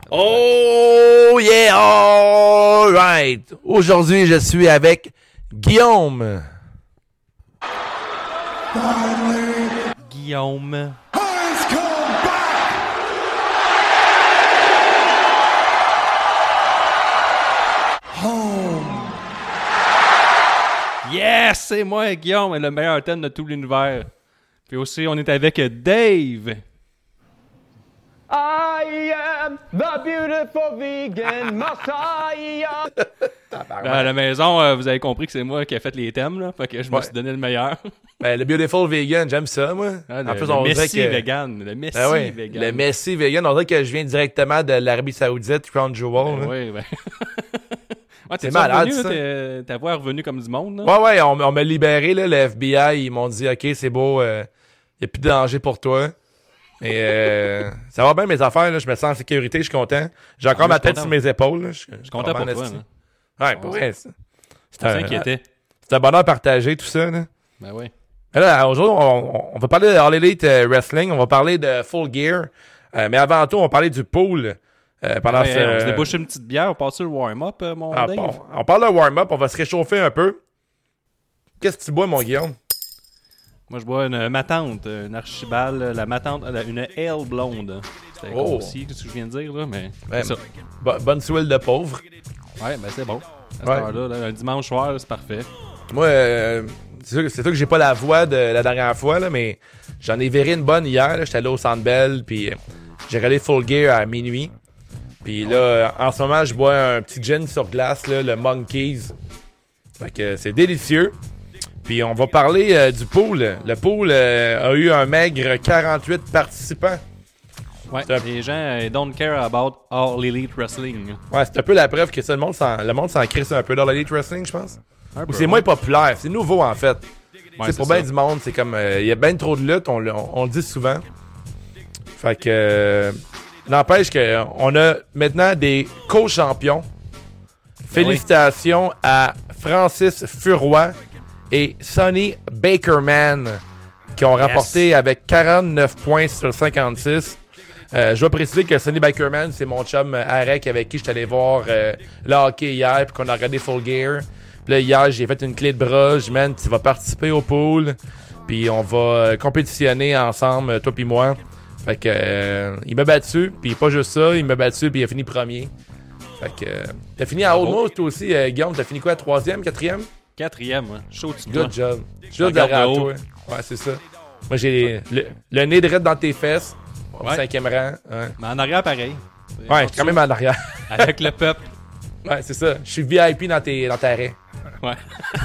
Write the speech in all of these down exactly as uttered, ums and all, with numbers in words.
Oh yeah, all right. Aujourd'hui, je suis avec Guillaume. Guillaume. Yes, c'est moi, Guillaume, le meilleur thème de tout l'univers. Puis aussi, on est avec Dave. I am the beautiful vegan Messiah. À la maison, euh, vous avez compris que c'est moi qui ai fait les thèmes, là. Fait que je me Ouais. suis donné le meilleur. Ben, le Beautiful Vegan, j'aime ça, moi. Ah, le, en plus, le on dirait Messi que... vegan. Le Messi Ben oui, vegan. le Messi Vegan, on dirait que je viens directement de l'Arabie Saoudite, Crown Jewel. Ben là. oui, ben. Ouais, C'est t'es malade, revenu, ça. là, t'es- ta voix est revenue comme du monde, là. Ouais, ouais, on, on m'a libéré, là, le F B I, ils m'ont dit, OK, c'est beau, il euh, n'y a plus de danger pour toi. Et euh, ça va bien mes affaires, là, je me sens en sécurité, je suis content. J'ai encore Ah, ma je suis tête content. sur mes épaules. Là. Je Je suis content pour toi, là. Ouais, pour vrai, ça. C'est On un, s'inquiétait. c'est un bonheur partagé, tout ça. Là. Ben oui. Mais là, aujourd'hui, on, on va parler de All Elite euh, Wrestling, on va parler de Full Gear, euh, mais avant tout, on va parler du pool. Euh, pendant Ouais, ce, on se débouche une petite bière, on passe sur le warm-up, euh, mon Ah, Dave. on, on parle de warm-up, on va se réchauffer un peu. Qu'est-ce que tu bois, mon Guillaume? Moi, je bois une matante, une archibald, la matante, une ale blonde. C'était Oh. aussi, ce que je viens de dire, là, mais Ouais, c'est ça. bo- bonne souille de pauvre. Ouais, ben c'est bon. À cette Ouais. heure-là, là, un dimanche soir, là, c'est parfait. Moi, euh, c'est sûr, c'est sûr que j'ai pas la voix de la dernière fois, là, mais j'en ai viré une bonne hier. là. J'étais allé au Centre Bell, puis euh, j'ai regardé Full Gear à minuit. Puis là, euh, en ce moment, je bois un petit gin sur glace, là, le Monkeys. Fait que euh, c'est délicieux. Puis on va parler euh, du pool. Le pool euh, a eu un maigre quarante-huit participants. Ouais, C'est un- les gens, euh, don't care about All Elite Wrestling. Ouais, c'est un peu la preuve que ça, le monde s'en, le monde s'en crisse un peu dans l'Elite Wrestling, je pense. Un Ou peu, c'est ouais. moins populaire, c'est nouveau en fait. Ouais, c'est pour c'est bien ça. du monde, c'est comme euh, il y a bien trop de luttes, on, le- on, on le dit souvent. Fait que euh, n'empêche que on a maintenant des co-champions. Félicitations à Francis Furoy et Sonny Bakerman qui ont rapporté avec quarante-neuf points sur cinquante-six. Euh, je dois préciser que Sonny Bakerman, c'est mon chum euh, Arek avec qui je suis allé voir euh, le hockey hier puis qu'on a regardé Full Gear. Puis là, hier, j'ai fait une clé de bras. Je dis, man, tu vas participer au pool. Puis on va euh, compétitionner ensemble, euh, toi puis moi. Fait que euh, il m'a battu. Puis pas juste ça, il m'a battu puis il a fini premier. Fait que euh, t'as fini à Bravo. Old Mouse toi aussi, euh, Guillaume. T'as fini quoi, troisième, quatrième? Quatrième, hein. Chaud dessus de moi. Good job. Juste regarde derrière de haut. toi. Ouais, c'est ça. Moi, j'ai le, le nez direct dans tes fesses. Au Ouais. cinquième rang. Ouais, Mais en arrière, pareil. ouais je suis quand même en arrière. Avec le peuple. Ouais, c'est ça. Je suis V I P dans, tes, dans ta raie. Ouais.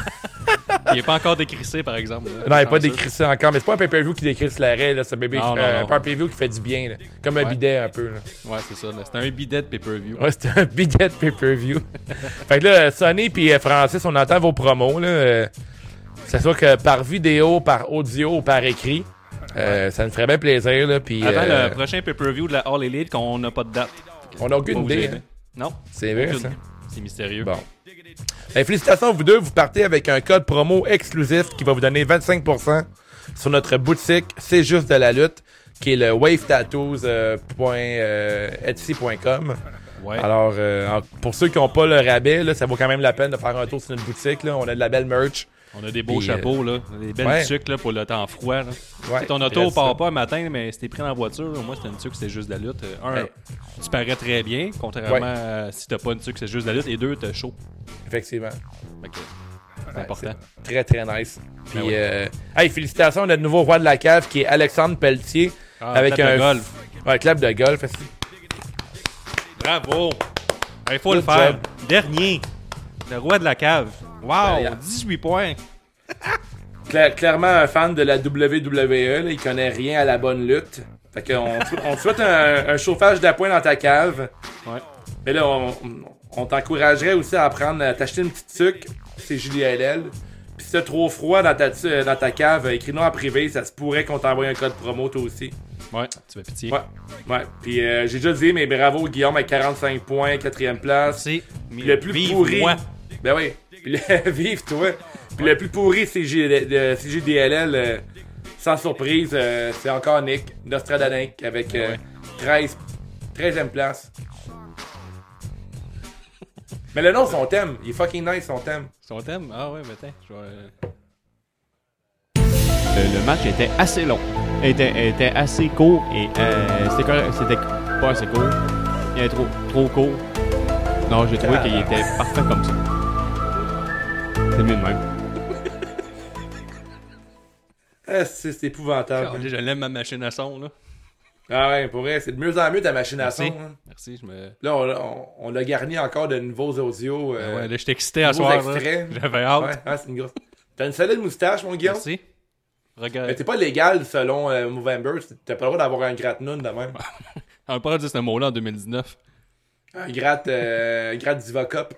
Il est pas encore décrissé, par exemple. là. Non, il n'est pas Chanceux. décrit ça encore. Mais c'est pas un pay-per-view qui décrit la raie, là. C'est un bébé. Non, non, euh, non. pas un pay-per-view qui fait du bien, là. Comme un Ouais. bidet un peu, là. Ouais, c'est ça. là. C'est un bidet de pay-per-view. Ouais, c'était un bidet de pay-per-view. Fait que là, Sonny puis euh, Francis, on entend vos promos, là. Euh, que ce soit que par vidéo, par audio ou par écrit. Euh, ça nous ferait bien plaisir, là. Puis, Avant euh, le prochain pay-per-view de la All Elite, qu'on n'a pas de date. on n'a aucune Pas idée. obligé, hein. Non. C'est vrai, Aucune. ça. C'est mystérieux. Bon. Ben, félicitations à vous deux. Vous partez avec un code promo exclusif qui va vous donner vingt-cinq pour cent sur notre boutique C'est juste de la lutte, qui est le wave tattoos point etsy point com. Ouais. Alors, euh, en- pour ceux qui n'ont pas le rabais, là, ça vaut quand même la peine de faire un tour sur notre boutique. Là. On a de la belle merch. On a des beaux Puis, chapeaux, là. Des belles ouais. tuques, là, pour le temps froid, là. Ouais, T'sais, ton il auto reste part ça. pas un matin, mais si t'es pris dans la voiture, au moins, c'était une tuque, c'est juste de la lutte. Euh, Un, Ouais. tu parais très bien, contrairement Ouais. à si t'as pas une tuque, c'est juste de la lutte. Et deux, t'as chaud. Effectivement. Fait que, c'est Ouais, important. c'est Très, très nice. Puis, Ben oui. euh, hey, félicitations à notre nouveau roi de la cave qui est Alexandre Pelletier. Ah, avec clap un de golf. Ouais, clap de golf. Bravo! Il faut le Good faire. job. Dernier. Le roi de la cave. Wow! Derrière. dix-huit points. Cla- clairement un fan de la W W E, là, il connaît rien à la bonne lutte. Fait qu'on te- on te souhaite un, un chauffage d'appoint dans ta cave. Ouais. Mais là, on, on t'encouragerait aussi à prendre, à t'acheter une petite sucre, c'est J L L. Puis si t'as trop froid dans ta, tu- dans ta cave, écris-nous en privé, ça se pourrait qu'on t'envoie un code promo toi aussi. Ouais, tu fais pitié. Ouais, ouais. Puis euh, j'ai déjà dit, mais bravo Guillaume avec quarante-cinq points, quatrième place. Merci. Puis le plus Vive pourri. moi. Ben oui. Puis le, vive toi. Puis le plus pourri, c'est J- de- C J D L L. euh, sans surprise, euh, c'est encore Nick, Nostradamus, avec euh, Ouais. treize, treizième place. Mais le nom, son thème. Il est fucking nice, son thème. Son thème? Ah ouais, mais attends, je vais... Le, le match était assez long. Était, était assez court et euh, c'était, correct, c'était pas assez court. Il était trop, trop court. Non, j'ai trouvé ah, qu'il était parfait comme ça. C'est mieux de même. Ah, c'est, c'est épouvantable. Quand, je l'aime ma machine à son, là. Ah ouais, pour vrai, c'est de mieux en mieux ta machine Merci. à son. Hein. Merci, je me... Là, on, on, on l'a garni encore de nouveaux audios. Euh, ah ouais, là, j'étais excité à soir. J'avais hâte. Ouais, ouais, c'est une grosse... T'as une solide moustache, mon Guillaume. Merci. Regarde. Mais t'es pas légal selon euh, Movember. T'as pas le droit d'avoir un gratte-noun de même. On n'a pas dit ce mot-là en deux mille dix-neuf. Un gratte, euh, gratte Divacop.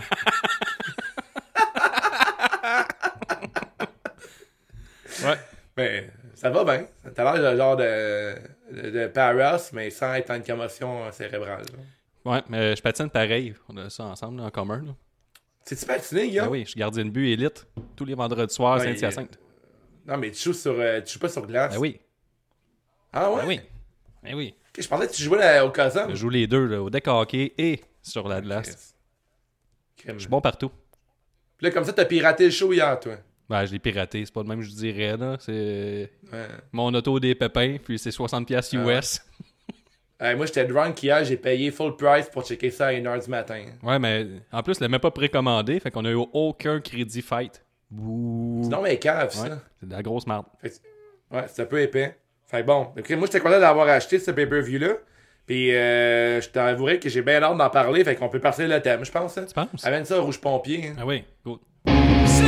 Ouais. Mais ça va bien. T'as l'air de genre de, de, de Paras, mais sans être en une commotion cérébrale. Là. Ouais, mais je patine pareil. On a ça ensemble là, en commun. Là. C'est-tu patiné, Guillaume? Ben oui, je suis gardien de but élite. Tous les vendredis soirs, ouais, Saint-Hyacinthe. Non, mais tu joues sur, euh, tu joues pas sur glace. Ben oui. Ah ouais? Ben oui. Ben oui. Okay, je pensais que tu jouais là, au Kazan. Je joue les deux, là, au deck hockey et sur la glace. Okay. Je suis bon partout. Puis là, comme ça, t'as piraté le show hier, toi. Ben, je l'ai piraté. C'est pas le même que je dirais, là. C'est ouais. Mon auto des pépins, puis c'est soixante dollars U S. Ah. Hey, moi, j'étais drunk hier. J'ai payé full price pour checker ça à une heure du matin. Ouais, mais en plus, je l'ai même pas précommandé. Fait qu'on a eu aucun crédit fight. Bouh. C'est non, mais cave, ça. Ouais, c'est de la grosse merde. Ouais, c'est un peu épais. Fait bon, okay, moi, j'étais content d'avoir acheté ce pay-per-view-là. Puis, euh, je t'avouerai que j'ai bien hâte d'en parler. Fait qu'on peut passer le thème, je pense. Hein. Tu penses? Amène ça au Rouge Pompier. Hein. Ah oui, good. C'est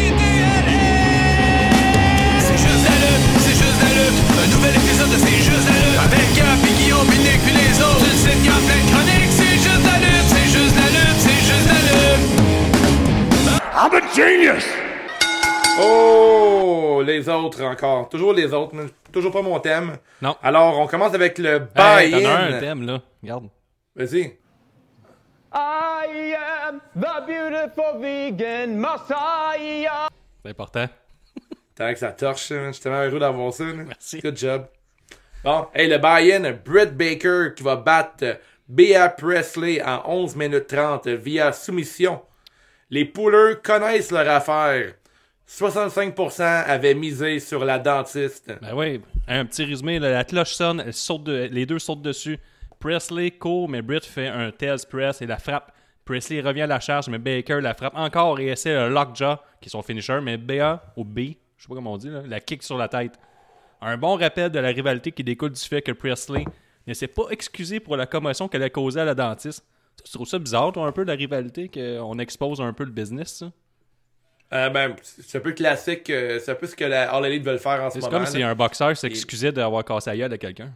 juste la lutte, c'est juste la lutte. Un nouvel épisode de C'est juste la lutte. Avec Gap et Guillaume, Nick puis les autres. Une site Gap, plein de chroniques. C'est juste la lutte, c'est juste la lutte, c'est juste la lutte. I'm a genius! Oh, les autres encore. Toujours les autres. Mais toujours pas mon thème. Non. Alors, on commence avec le buy-in. Hey, t'en as un thème, là. Regarde. Vas-y. I am the beautiful vegan Messiah. C'est important. T'as que ça torche, hein. Je suis tellement heureux d'avoir ça. Là. Merci. Good job. Bon, hey, le buy-in, Britt Baker qui va battre Bea Priestley en onze minutes trente via soumission. Les poolers connaissent leur affaire. soixante-cinq pour cent avaient misé sur la dentiste. Ben oui, un petit résumé, là, la cloche sonne, elle saute de, les deux sautent dessus. Presley court, mais Britt fait un tails press et la frappe. Presley revient à la charge, mais Baker la frappe encore et essaie le lockjaw, qui est son finisher, mais Bea, ou B, je sais pas comment on dit, là, la kick sur la tête. Un bon rappel de la rivalité qui découle du fait que Presley ne s'est pas excusé pour la commotion qu'elle a causée à la dentiste. Tu trouves ça bizarre, toi, un peu, la rivalité, qu'on expose un peu le business, ça? Euh, ben, c'est un peu classique. Euh, c'est un peu ce que la All Elite veulent faire en ce c'est moment. C'est comme là. Si un boxeur s'excusait Et... d'avoir cassé la gueule à quelqu'un.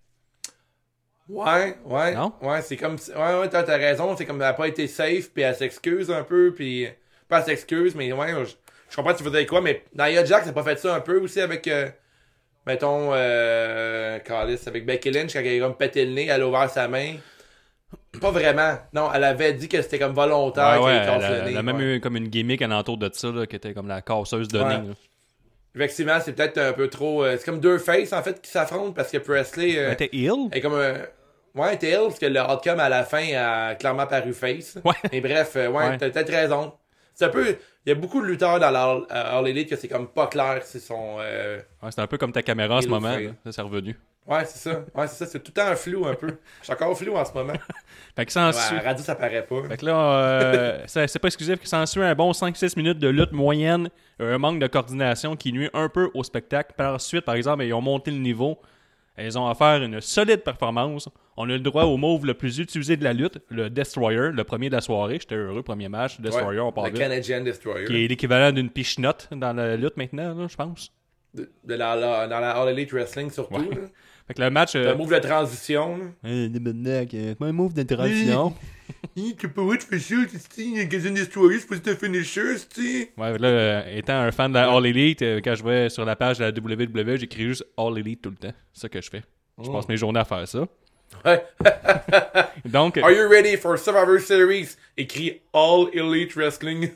Ouais, ouais. Non? Ouais, c'est comme... Ouais, ouais, t'as, t'as raison. C'est comme elle n'a pas été safe, puis elle s'excuse un peu, puis... Pas elle s'excuse, mais ouais, je, je comprends que tu veux dire quoi, mais Nia Jax n'a pas fait ça un peu aussi avec... Euh, mettons, euh... Callis, avec Becky Lynch, quand elle a comme pété le nez, elle a ouvert sa main... Pas vraiment. Non, elle avait dit que c'était comme volontaire ouais, ouais, qu'elle casse elle, le nez. Elle a même ouais. eu comme une gimmick alentour de ça, là, qui était comme la casseuse de ouais. nez. Là. Effectivement, c'est peut-être un peu trop... Euh, c'est comme deux faces, en fait, qui s'affrontent, parce que Presley... Euh, elle était heel? Elle est comme un... Ouais, elle était heel, parce que le outcome, à la fin, a clairement paru face. Ouais. Mais bref, euh, ouais, ouais. T'as peut-être raison. C'est un peu... Il y a beaucoup de lutteurs dans la All Elite que c'est comme pas clair si son... Euh, ouais, c'est un peu comme ta caméra en ce moment, là. Ça, c'est revenu. Ouais, c'est ça. Ouais, c'est ça. C'est tout le temps un flou, un peu. Je suis encore flou en ce moment. Fait que ça en ouais, à la radio, ça paraît pas. Fait que là, euh, ça, c'est pas exclusif, que ça en suit un bon cinq six minutes de lutte moyenne, un manque de coordination qui nuit un peu au spectacle. Par la suite, par exemple, ils ont monté le niveau. Ils ont offert une solide performance. On a le droit au move le plus utilisé de la lutte, le Destroyer, le premier de la soirée. J'étais heureux, premier match. Destroyer, ouais, on parle le Canadian Destroyer. Qui est l'équivalent d'une pichenote dans la lutte maintenant, là, je pense. De, de la, la, dans la All Elite Wrestling, surtout. Ouais. Là. Fait que le match... C'est euh... un move de transition. Hey, c'est un move de transition. Tu peux pas de faire ça, tu sais, Canadian Destroyer, c'est pas juste un finisher, tu sais. Ouais, là, euh, étant un fan de la All Elite, euh, quand je vais sur la page de la W W E, j'écris juste All Elite tout le temps. C'est ça que je fais. Je passe mes journées à faire ça. Ouais. Donc, Are you ready for Survivor Series? Écrit All Elite Wrestling.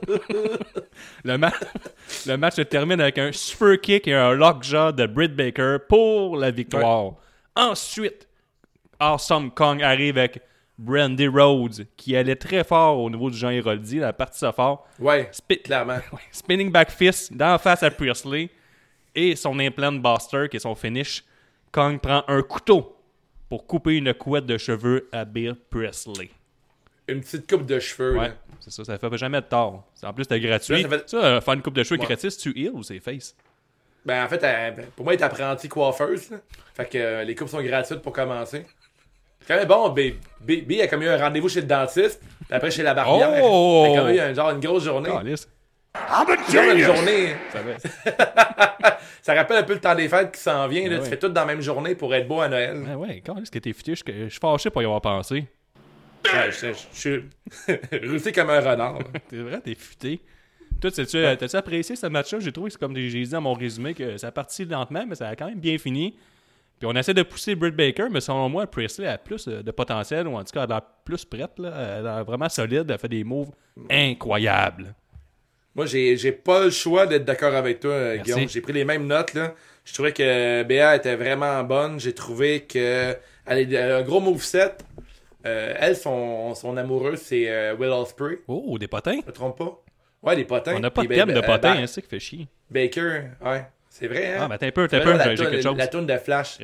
le, ma- le match se termine avec un super kick et un lockjaw de Britt Baker pour la victoire. Ouais. Ensuite, Awesome Kong arrive avec Brandy Rhodes, qui allait très fort au niveau du Jean Héroldi, la partie ça fort. Ouais, Spi- clairement. Spinning back fist d'en face à Priestley et son implant buster qui est son finish. Kong prend un couteau pour couper une couette de cheveux à Bill Priestley. Une petite coupe de cheveux. Ouais, Là. c'est ça, ça fait jamais de tort. En plus, c'était gratuit. Là, ça fait- Ça, euh, faire une coupe de cheveux Ouais. gratis, tu heal ou c'est face? Ben, en fait, elle- pour moi, elle est apprentie coiffeuse. Là. Fait que euh, les coupes sont gratuites pour commencer. C'est quand même bon. B, B, B a comme eu un rendez-vous chez le dentiste, puis après chez la barbière. Oh! Elle a comme eu un, genre une grosse journée. Calice. Genre une journée. Ça va. Ça rappelle un peu le temps des fêtes qui s'en vient. Là. Ouais, Tu ouais. fais tout dans la même journée pour être beau à Noël. Ouais, ouais, Calice, que t'es futé. Je je suis fâché pour y avoir pensé. Ouais, je, je, je suis rusé comme un renard. T'es vrai, t'es futé. Toi, t'as-tu, euh, t'as-tu apprécié ce match-là? J'ai trouvé que c'est comme j'ai dit dans mon résumé que ça a parti lentement, mais ça a quand même bien fini. Puis on essaie de pousser Britt Baker, mais selon moi, Priestley a plus euh, de potentiel, ou en tout cas, elle a l'air plus prête. Là. Elle a l'air vraiment solide, elle fait des moves incroyables. Moi, j'ai, j'ai pas le choix d'être d'accord avec toi, euh, Merci. Guillaume. J'ai pris les mêmes notes, là. Je trouvais que Béa était vraiment bonne. J'ai trouvé que elle a un gros moveset. Euh, elle, son, son amoureux, c'est euh, Will Ospreay. Oh, des potins? Je me trompe pas? Ouais, des potins. On n'a pas de Puis, thème ben, de ben, potins, ben, hein, c'est ça qui fait chier. Baker, ouais. C'est vrai, hein? Ah, mais t'as un peu, t'as C'est un peu, vrai, la j'ai j'ai toune- quelque chose. La toune de Flash.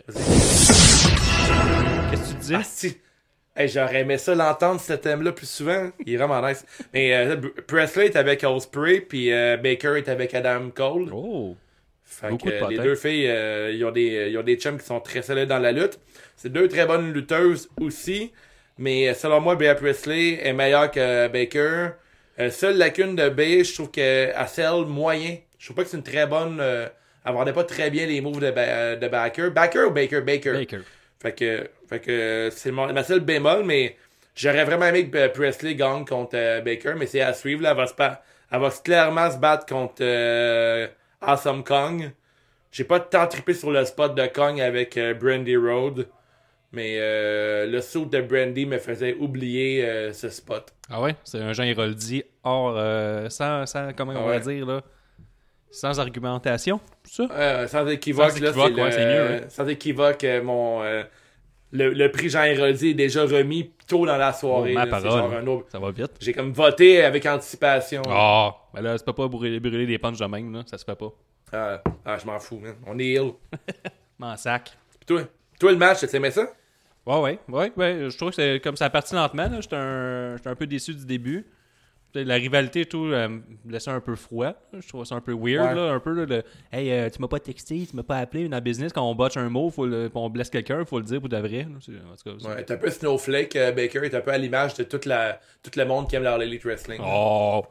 Qu'est-ce que tu disais? Ah, si. Hey, j'aurais aimé ça l'entendre, ce thème-là, plus souvent. Il est vraiment nice. Mais euh, Presley est avec Ospreay, puis euh, Baker est avec Adam Cole. Oh! Fait beaucoup que, de euh, potins. les deux filles, euh, ils, ont des, ils ont des chums qui sont très solides dans la lutte. C'est deux très bonnes lutteuses aussi. Mais euh, selon moi, Bea Priestley est meilleure que Baker. Euh, seule lacune de Bea, je trouve qu'elle scelle moyen. Je trouve pas que c'est une très bonne... Euh, elle vendait pas très bien les moves de, ba- de Baker. Baker ou Baker? Baker. Baker. Fait que, fait que euh, c'est mon- ma seule bémol, mais j'aurais vraiment aimé que euh, Presley gagne contre euh, Baker, mais c'est à suivre. Là, elle va, se pa- elle va clairement se battre contre euh, Awesome Kong. J'ai pas tant trippé sur le spot de Kong avec euh, Brandy Road, mais euh, le saut de Brandy me faisait oublier euh, ce spot. Ah ouais? C'est un Jean Héroldi hors... euh, sans, sans... Comment on Ouais. va dire, là? Sans argumentation, c'est ça? Euh, sans équivoque, Sans là, équivoque, c'est ouais, le- c'est mieux, hein. sans équivoque, euh, mon euh, le, le prix Jean Héroldi est déjà remis tôt dans la soirée. Oh, ma là. C'est parole. genre un autre- Ça va vite. J'ai comme voté avec anticipation. Ah! Ben là, c'est pas pas brûler, brûler des punches de même, là. Ça se fait pas. Ah, ah, je m'en fous, man. On est ill. M'en sac. Pis toi, toi le match, tu aimais ça? Ouais, ouais, ouais, ouais. Je trouve que c'est comme ça a parti lentement, là. J'étais un, j'étais un peu déçu du début. Peut-être la rivalité et tout euh, me laissait un peu froid. Je trouve ça un peu weird, Ouais. là. Un peu, là, le Hey, euh, tu m'as pas texté, tu m'as pas appelé. Dans le business, quand on botche un mot, faut le, on blesse quelqu'un, faut le dire pour de vrai. Là. C'est- En tout cas, c'est- Ouais, t'es un peu Snowflake, euh, Baker est un peu à l'image de toute la, tout le monde qui aime la Elite Wrestling. Oh!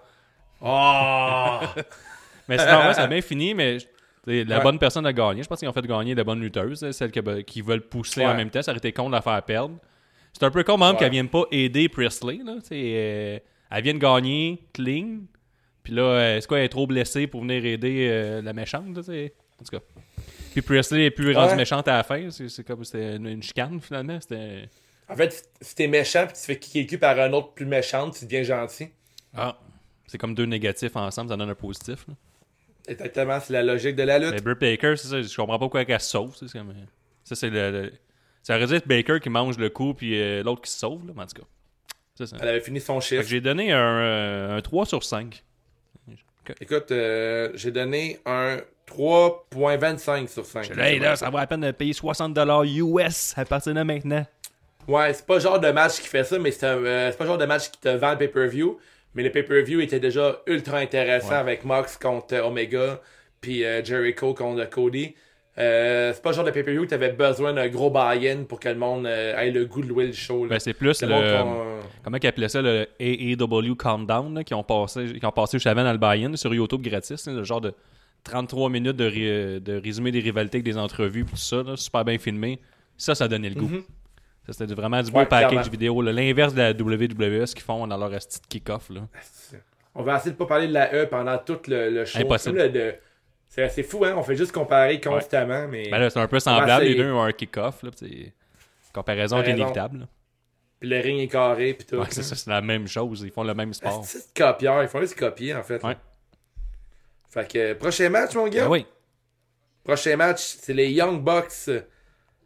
Oh! Mais sinon, ouais, ça a bien fini, mais t'sais, la Ouais. bonne personne a gagné. Je pense qu'ils ont fait gagner la bonne lutteuse, celles qui, qui veulent pousser Ouais. en même temps. Ça aurait été con de la faire perdre. C'est un peu con même Ouais. qu'elle vienne pas aider Presley. Là, t'sais, euh, elle vient de gagner clean. Puis là, euh, c'est quoi, elle est trop blessée pour venir aider euh, la méchante. Là, t'sais. En tout cas. Puis Presley est plus rendue Ouais. méchante à la fin. C'est, c'est comme c'était une, une chicane finalement. C'était. En fait, si t'es méchant pis tu te fais kicker le cul par un autre plus méchant, tu deviens gentil. Ah. C'est comme deux négatifs ensemble, ça donne un positif. Là. Exactement, c'est la logique de la lutte. Mais Britt Baker, c'est ça, je comprends pas pourquoi elle se sauve. C'est comme, euh, ça, c'est le, le- Ça aurait dû être Baker qui mange le coup, puis euh, l'autre qui se sauve, là, mais en tout cas. C'est ça. Elle avait fini son Fait que chiffre. j'ai donné un, euh, un trois sur cinq. Écoute, euh, j'ai donné un trois virgule vingt-cinq sur cinq. Je dis, hey, là, ça vaut la peine de payer soixante dollars U S à partir de maintenant. Ouais, c'est pas le genre de match qui fait ça, mais c'est, un, euh, c'est pas le genre de match qui te vend le pay-per-view. Mais le pay-per-view était déjà ultra intéressant Ouais. avec Mox contre euh, Omega, puis euh, Jericho contre Cody. Euh, c'est pas le genre de pay-per-view que t'avais besoin d'un gros buy-in pour que le monde euh, ait le goût de louer le show. Là. Ben, c'est plus le le. monde qu'on- Comment ils appelaient ça, le A E W Countdown, là, qui ont passé, qui ont passé juste avant dans le buy-in sur YouTube gratis, là, le genre de trente-trois minutes de, ri- de résumé des rivalités avec des entrevues, puis tout ça, là, super bien filmé. Ça, ça donnait le goût. Mhm. Ça, c'était vraiment du beau Ouais, package clairement. vidéo. là. L'inverse de la W W E, ce qu'ils font dans leur asti de kick-off. Là. On va essayer de pas parler de la E pendant tout le, le show. Impossible. C'est, comme le- de- c'est, c'est fou, hein? On fait juste comparer constamment, mais... Ben là, c'est un peu va semblable. Les essayer. deux ont un kick-off. Là, pis c'est- comparaison T'as est raison. inévitable. là. Puis le ring est carré, puis tout. Ouais, c'est ça, c'est la même chose. Ils font le même sport. C'est de copieur. Ils font juste copier, en fait. là. Ouais. Fait que, prochain match, mon gars? Ah oui. Prochain match, c'est les Young Bucks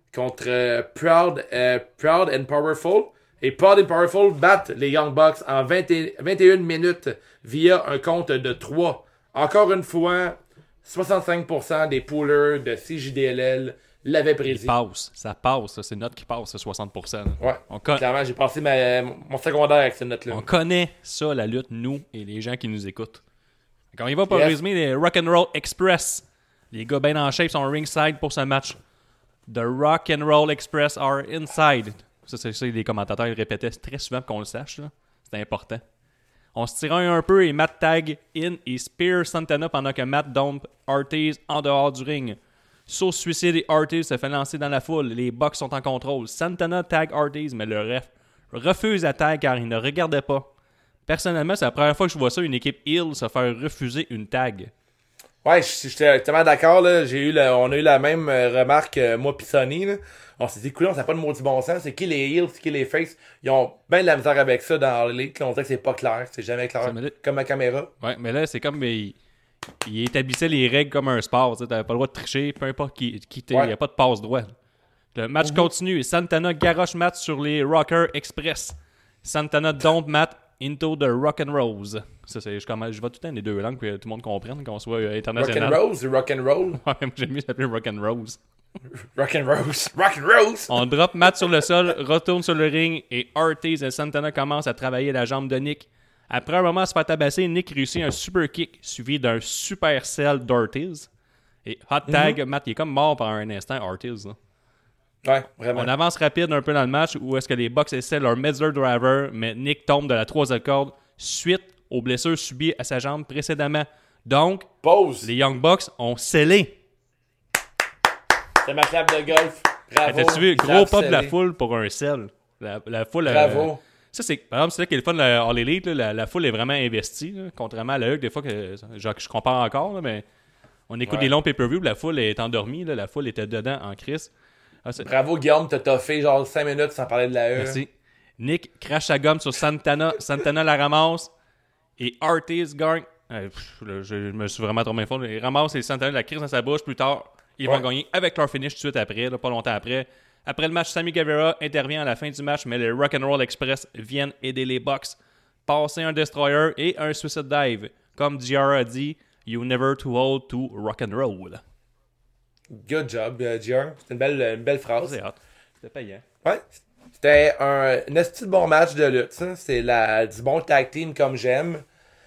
contre euh, Proud, euh, Proud and Powerful. Et Proud and Powerful battent les Young Bucks en vingt et une minutes via un compte de trois. Encore une fois, soixante-cinq pour cent des poolers de C J D L L l'avaient prédit. Il passe, ça passe, ça, c'est une note qui passe, c'est soixante pour cent. Ouais, on con... clairement, j'ai passé ma, mon secondaire avec cette note-là. On connaît ça, la lutte, nous et les gens qui nous écoutent. Quand on y va pour Yes. résumer les Rock'n'Roll Express, les gars bien en shape sont ringside pour ce match. The Rock'n'Roll Express are inside. Ça, c'est ça, les commentateurs ils répétaient très souvent pour qu'on le sache. Là. C'est important. On se tiraille un peu et Matt tag in et spear Santana pendant que Matt dump Ortiz en dehors du ring. Saut suicide et Ortiz se fait lancer dans la foule. Les Bucks sont en contrôle. Santana tag Ortiz, mais le ref refuse la tag car il ne regardait pas. Personnellement, c'est la première fois que je vois ça, une équipe heel se faire refuser une tag. Ouais, j'étais tellement d'accord. Là. J'ai eu la, on a eu la même euh, remarque, euh, moi pis Sonny. Là. On s'est dit, cool, on n'a pas de maudit bon sens. C'est qui les heels, c'est qui les faces. Ils ont bien de la misère avec ça dans les ligues. On dirait que c'est pas clair. C'est jamais clair. Dit... Comme ma caméra. Ouais, mais là, c'est comme... Il, il établissait les règles comme un sport. Tu n'avais pas le droit de tricher, peu importe qui, qui t'es. Il Ouais. n'y a pas de passe droit. Le match mm-hmm. continue et Santana garoche Matt sur les Rocker Express. Santana dump Matt into the Rock'n'Rolls. Ça, c'est, je, comme, je vais tout le temps les deux langues pour que tout le monde comprenne, qu'on soit euh, international. Rock'n'Rolls ou Rock'n'Roll? Ouais, moi j'aime mieux s'appeler Rock'n'Rolls. Rock'n'Rolls. Rock'n'Rolls. On drop Matt sur le sol, retourne sur le ring et Ortiz et Santana commencent à travailler la jambe de Nick. Après un moment à se faire tabasser, Nick réussit un super kick suivi d'un super sell d'Ortiz. Et hot tag, mm-hmm. Matt il est comme mort pendant un instant, Ortiz. Là. Ouais, vraiment. On avance rapide un peu dans le match où est-ce que les Bucks essaient leur Metzler Driver, mais Nick tombe de la troisième corde suite aux blessures subies à sa jambe précédemment. Donc, Pause. Les Young Bucks ont scellé. C'est ma clap de golf. Bravo. T'as-tu vu? Gros pop de la foule pour un sell. La, la foule... Bravo. Euh, ça, c'est... Par exemple, c'est là qui est le fun, le All Elite, là, la, la foule est vraiment investie, là, contrairement à la Huck, des fois, que je, je compare encore, là, mais on écoute ouais. des longs pay-per-view, la foule est endormie, là, la foule était dedans en crise. Ah, bravo, Guillaume, t'as toffé genre cinq minutes sans parler de la E. Merci. Nick crache sa gomme sur Santana. Santana la ramasse. Et Ortiz gagne. Euh, pff, là, je me suis vraiment trompé fort. Il ramasse et Santana la crise dans sa bouche. Plus tard, ils ouais. vont gagner avec leur finish tout de suite après, là, pas longtemps après. Après le match, Sammy Guevara intervient à la fin du match, mais les Rock'n'Roll Express viennent aider les Bucks. Passer un Destroyer et un Suicide Dive. Comme J R a dit, you never too old to rock'n'roll. Good job, uh, J R. C'était une belle, une belle phrase. C'est hot. C'était payant. Ouais. C'était un, un esti de bon match de lutte. Ça. C'est la, du bon tag team comme j'aime.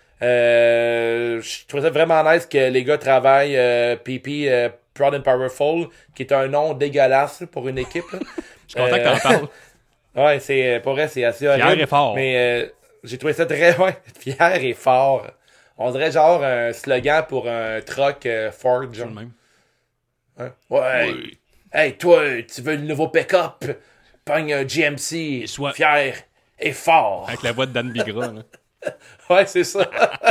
Euh, je trouvais ça vraiment nice que les gars travaillent euh, P P euh, Proud and Powerful, qui est un nom dégueulasse pour une équipe. Je suis content euh, que t'en parles. Ouais, c'est, pour vrai, c'est assez horrible. Fier et fort. Mais euh, j'ai trouvé ça très ouais, fier et fort. On dirait genre un slogan pour un truck euh, Ford. Genre. C'est le même. Hein? Ouais. Oui. Hey, toi, tu veux le nouveau pick-up? Pogne un G M C. Soit... Fier et fort. Avec la voix de Dan Bigra. Ouais, c'est ça.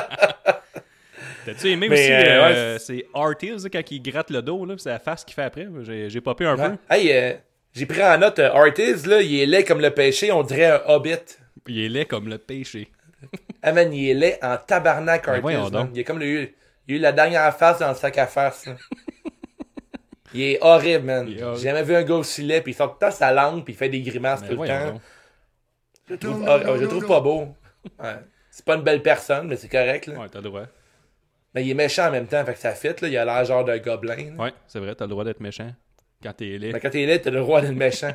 T'as-tu aimé mais aussi, euh, euh, ouais, c'est Ortiz quand il gratte le dos, là, c'est la face qu'il fait après. J'ai, j'ai popé un ouais. peu. Hey, euh, j'ai pris en note euh, Ortiz, là, il est laid comme le péché, on dirait un hobbit. Il est laid comme le péché. Ah man, il est laid en tabarnak, Ortiz. Man. Il est comme le, il a eu la dernière face dans le sac à face. Il est horrible, man. Est horrible. J'ai jamais vu un gars aussi laid, pis il sort tout le temps sa langue, pis il fait des grimaces mais tout le temps. Donc. Je le trouve, oh, je le trouve pas beau. Ouais. C'est pas une belle personne, mais c'est correct. Là. Ouais, t'as le droit. Mais il est méchant en même temps, fait que ça fit. Là. Il a l'air genre d'un gobelin. Là. Ouais, c'est vrai, t'as le droit d'être méchant. Quand t'es laid. Mais quand t'es laid, t'as le droit d'être méchant.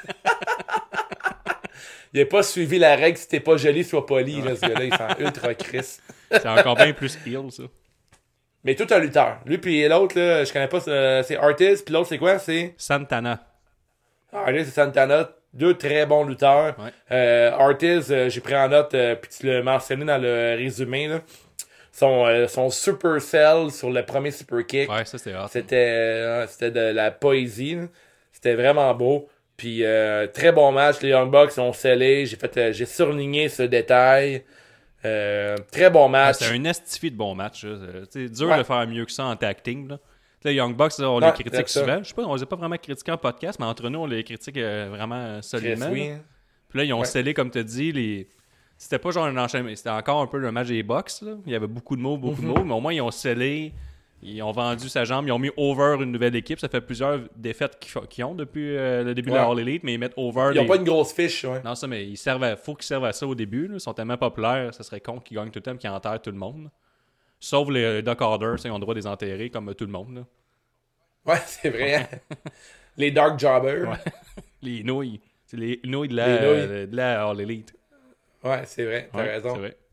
Il a pas suivi la règle, si t'es pas joli, sois poli. Là, ce gars-là, il s'en ultra crisse. C'est encore bien plus heel, ça. Mais tout un lutteur. Lui puis l'autre, là, je connais pas, c'est, c'est Ortiz, puis l'autre c'est quoi? C'est Santana. Ortiz et Santana, deux très bons lutteurs. Ouais. Euh, Ortiz, euh, j'ai pris en note, euh, puis tu l'as mentionné dans le résumé, là, son, euh, son super sell sur le premier super kick. Ouais, ça c'était hot. C'était, euh, c'était de la poésie. Là. C'était vraiment beau. Puis euh, très bon match, les Young Bucks ont scellé. J'ai fait, euh, j'ai surligné ce détail. Euh, très bon match. Ah, c'est un estifi de bon match. C'est dur ouais. de faire mieux que ça en tag team. Là. Les Young Bucks, là, on ouais, les critique souvent. Je sais pas, on les a pas vraiment critiqués en podcast, mais entre nous, on les critique euh, vraiment solidement. Oui. Puis là, ils ont ouais. scellé, comme tu as dit, les... c'était pas genre un enchaînement. C'était encore un peu le match des Bucks. Là. Il y avait beaucoup de mots, beaucoup mm-hmm. de mots, mais au moins, ils ont scellé Ils ont vendu sa jambe, ils ont mis over une nouvelle équipe. Ça fait plusieurs défaites qu'ils, qu'ils ont depuis euh, le début Ouais. de la All Elite, mais ils mettent over. Ils ont les... pas une grosse fiche, ouais. Non, ça, mais ils servent à... faut qu'ils servent à ça au début. Là. Ils sont tellement populaires, ça serait con qu'ils gagnent tout le temps et qu'ils enterrent tout le monde. Sauf les Duck Orders, ils ont le droit de les enterrer comme tout le monde. Là. Ouais, c'est vrai. Hein? Les Dark Jobbers. Ouais. Les nouilles. C'est les nouilles de la, Les nouilles. euh, de la All Elite. Ouais, c'est vrai. T'as Ouais, raison. C'est vrai.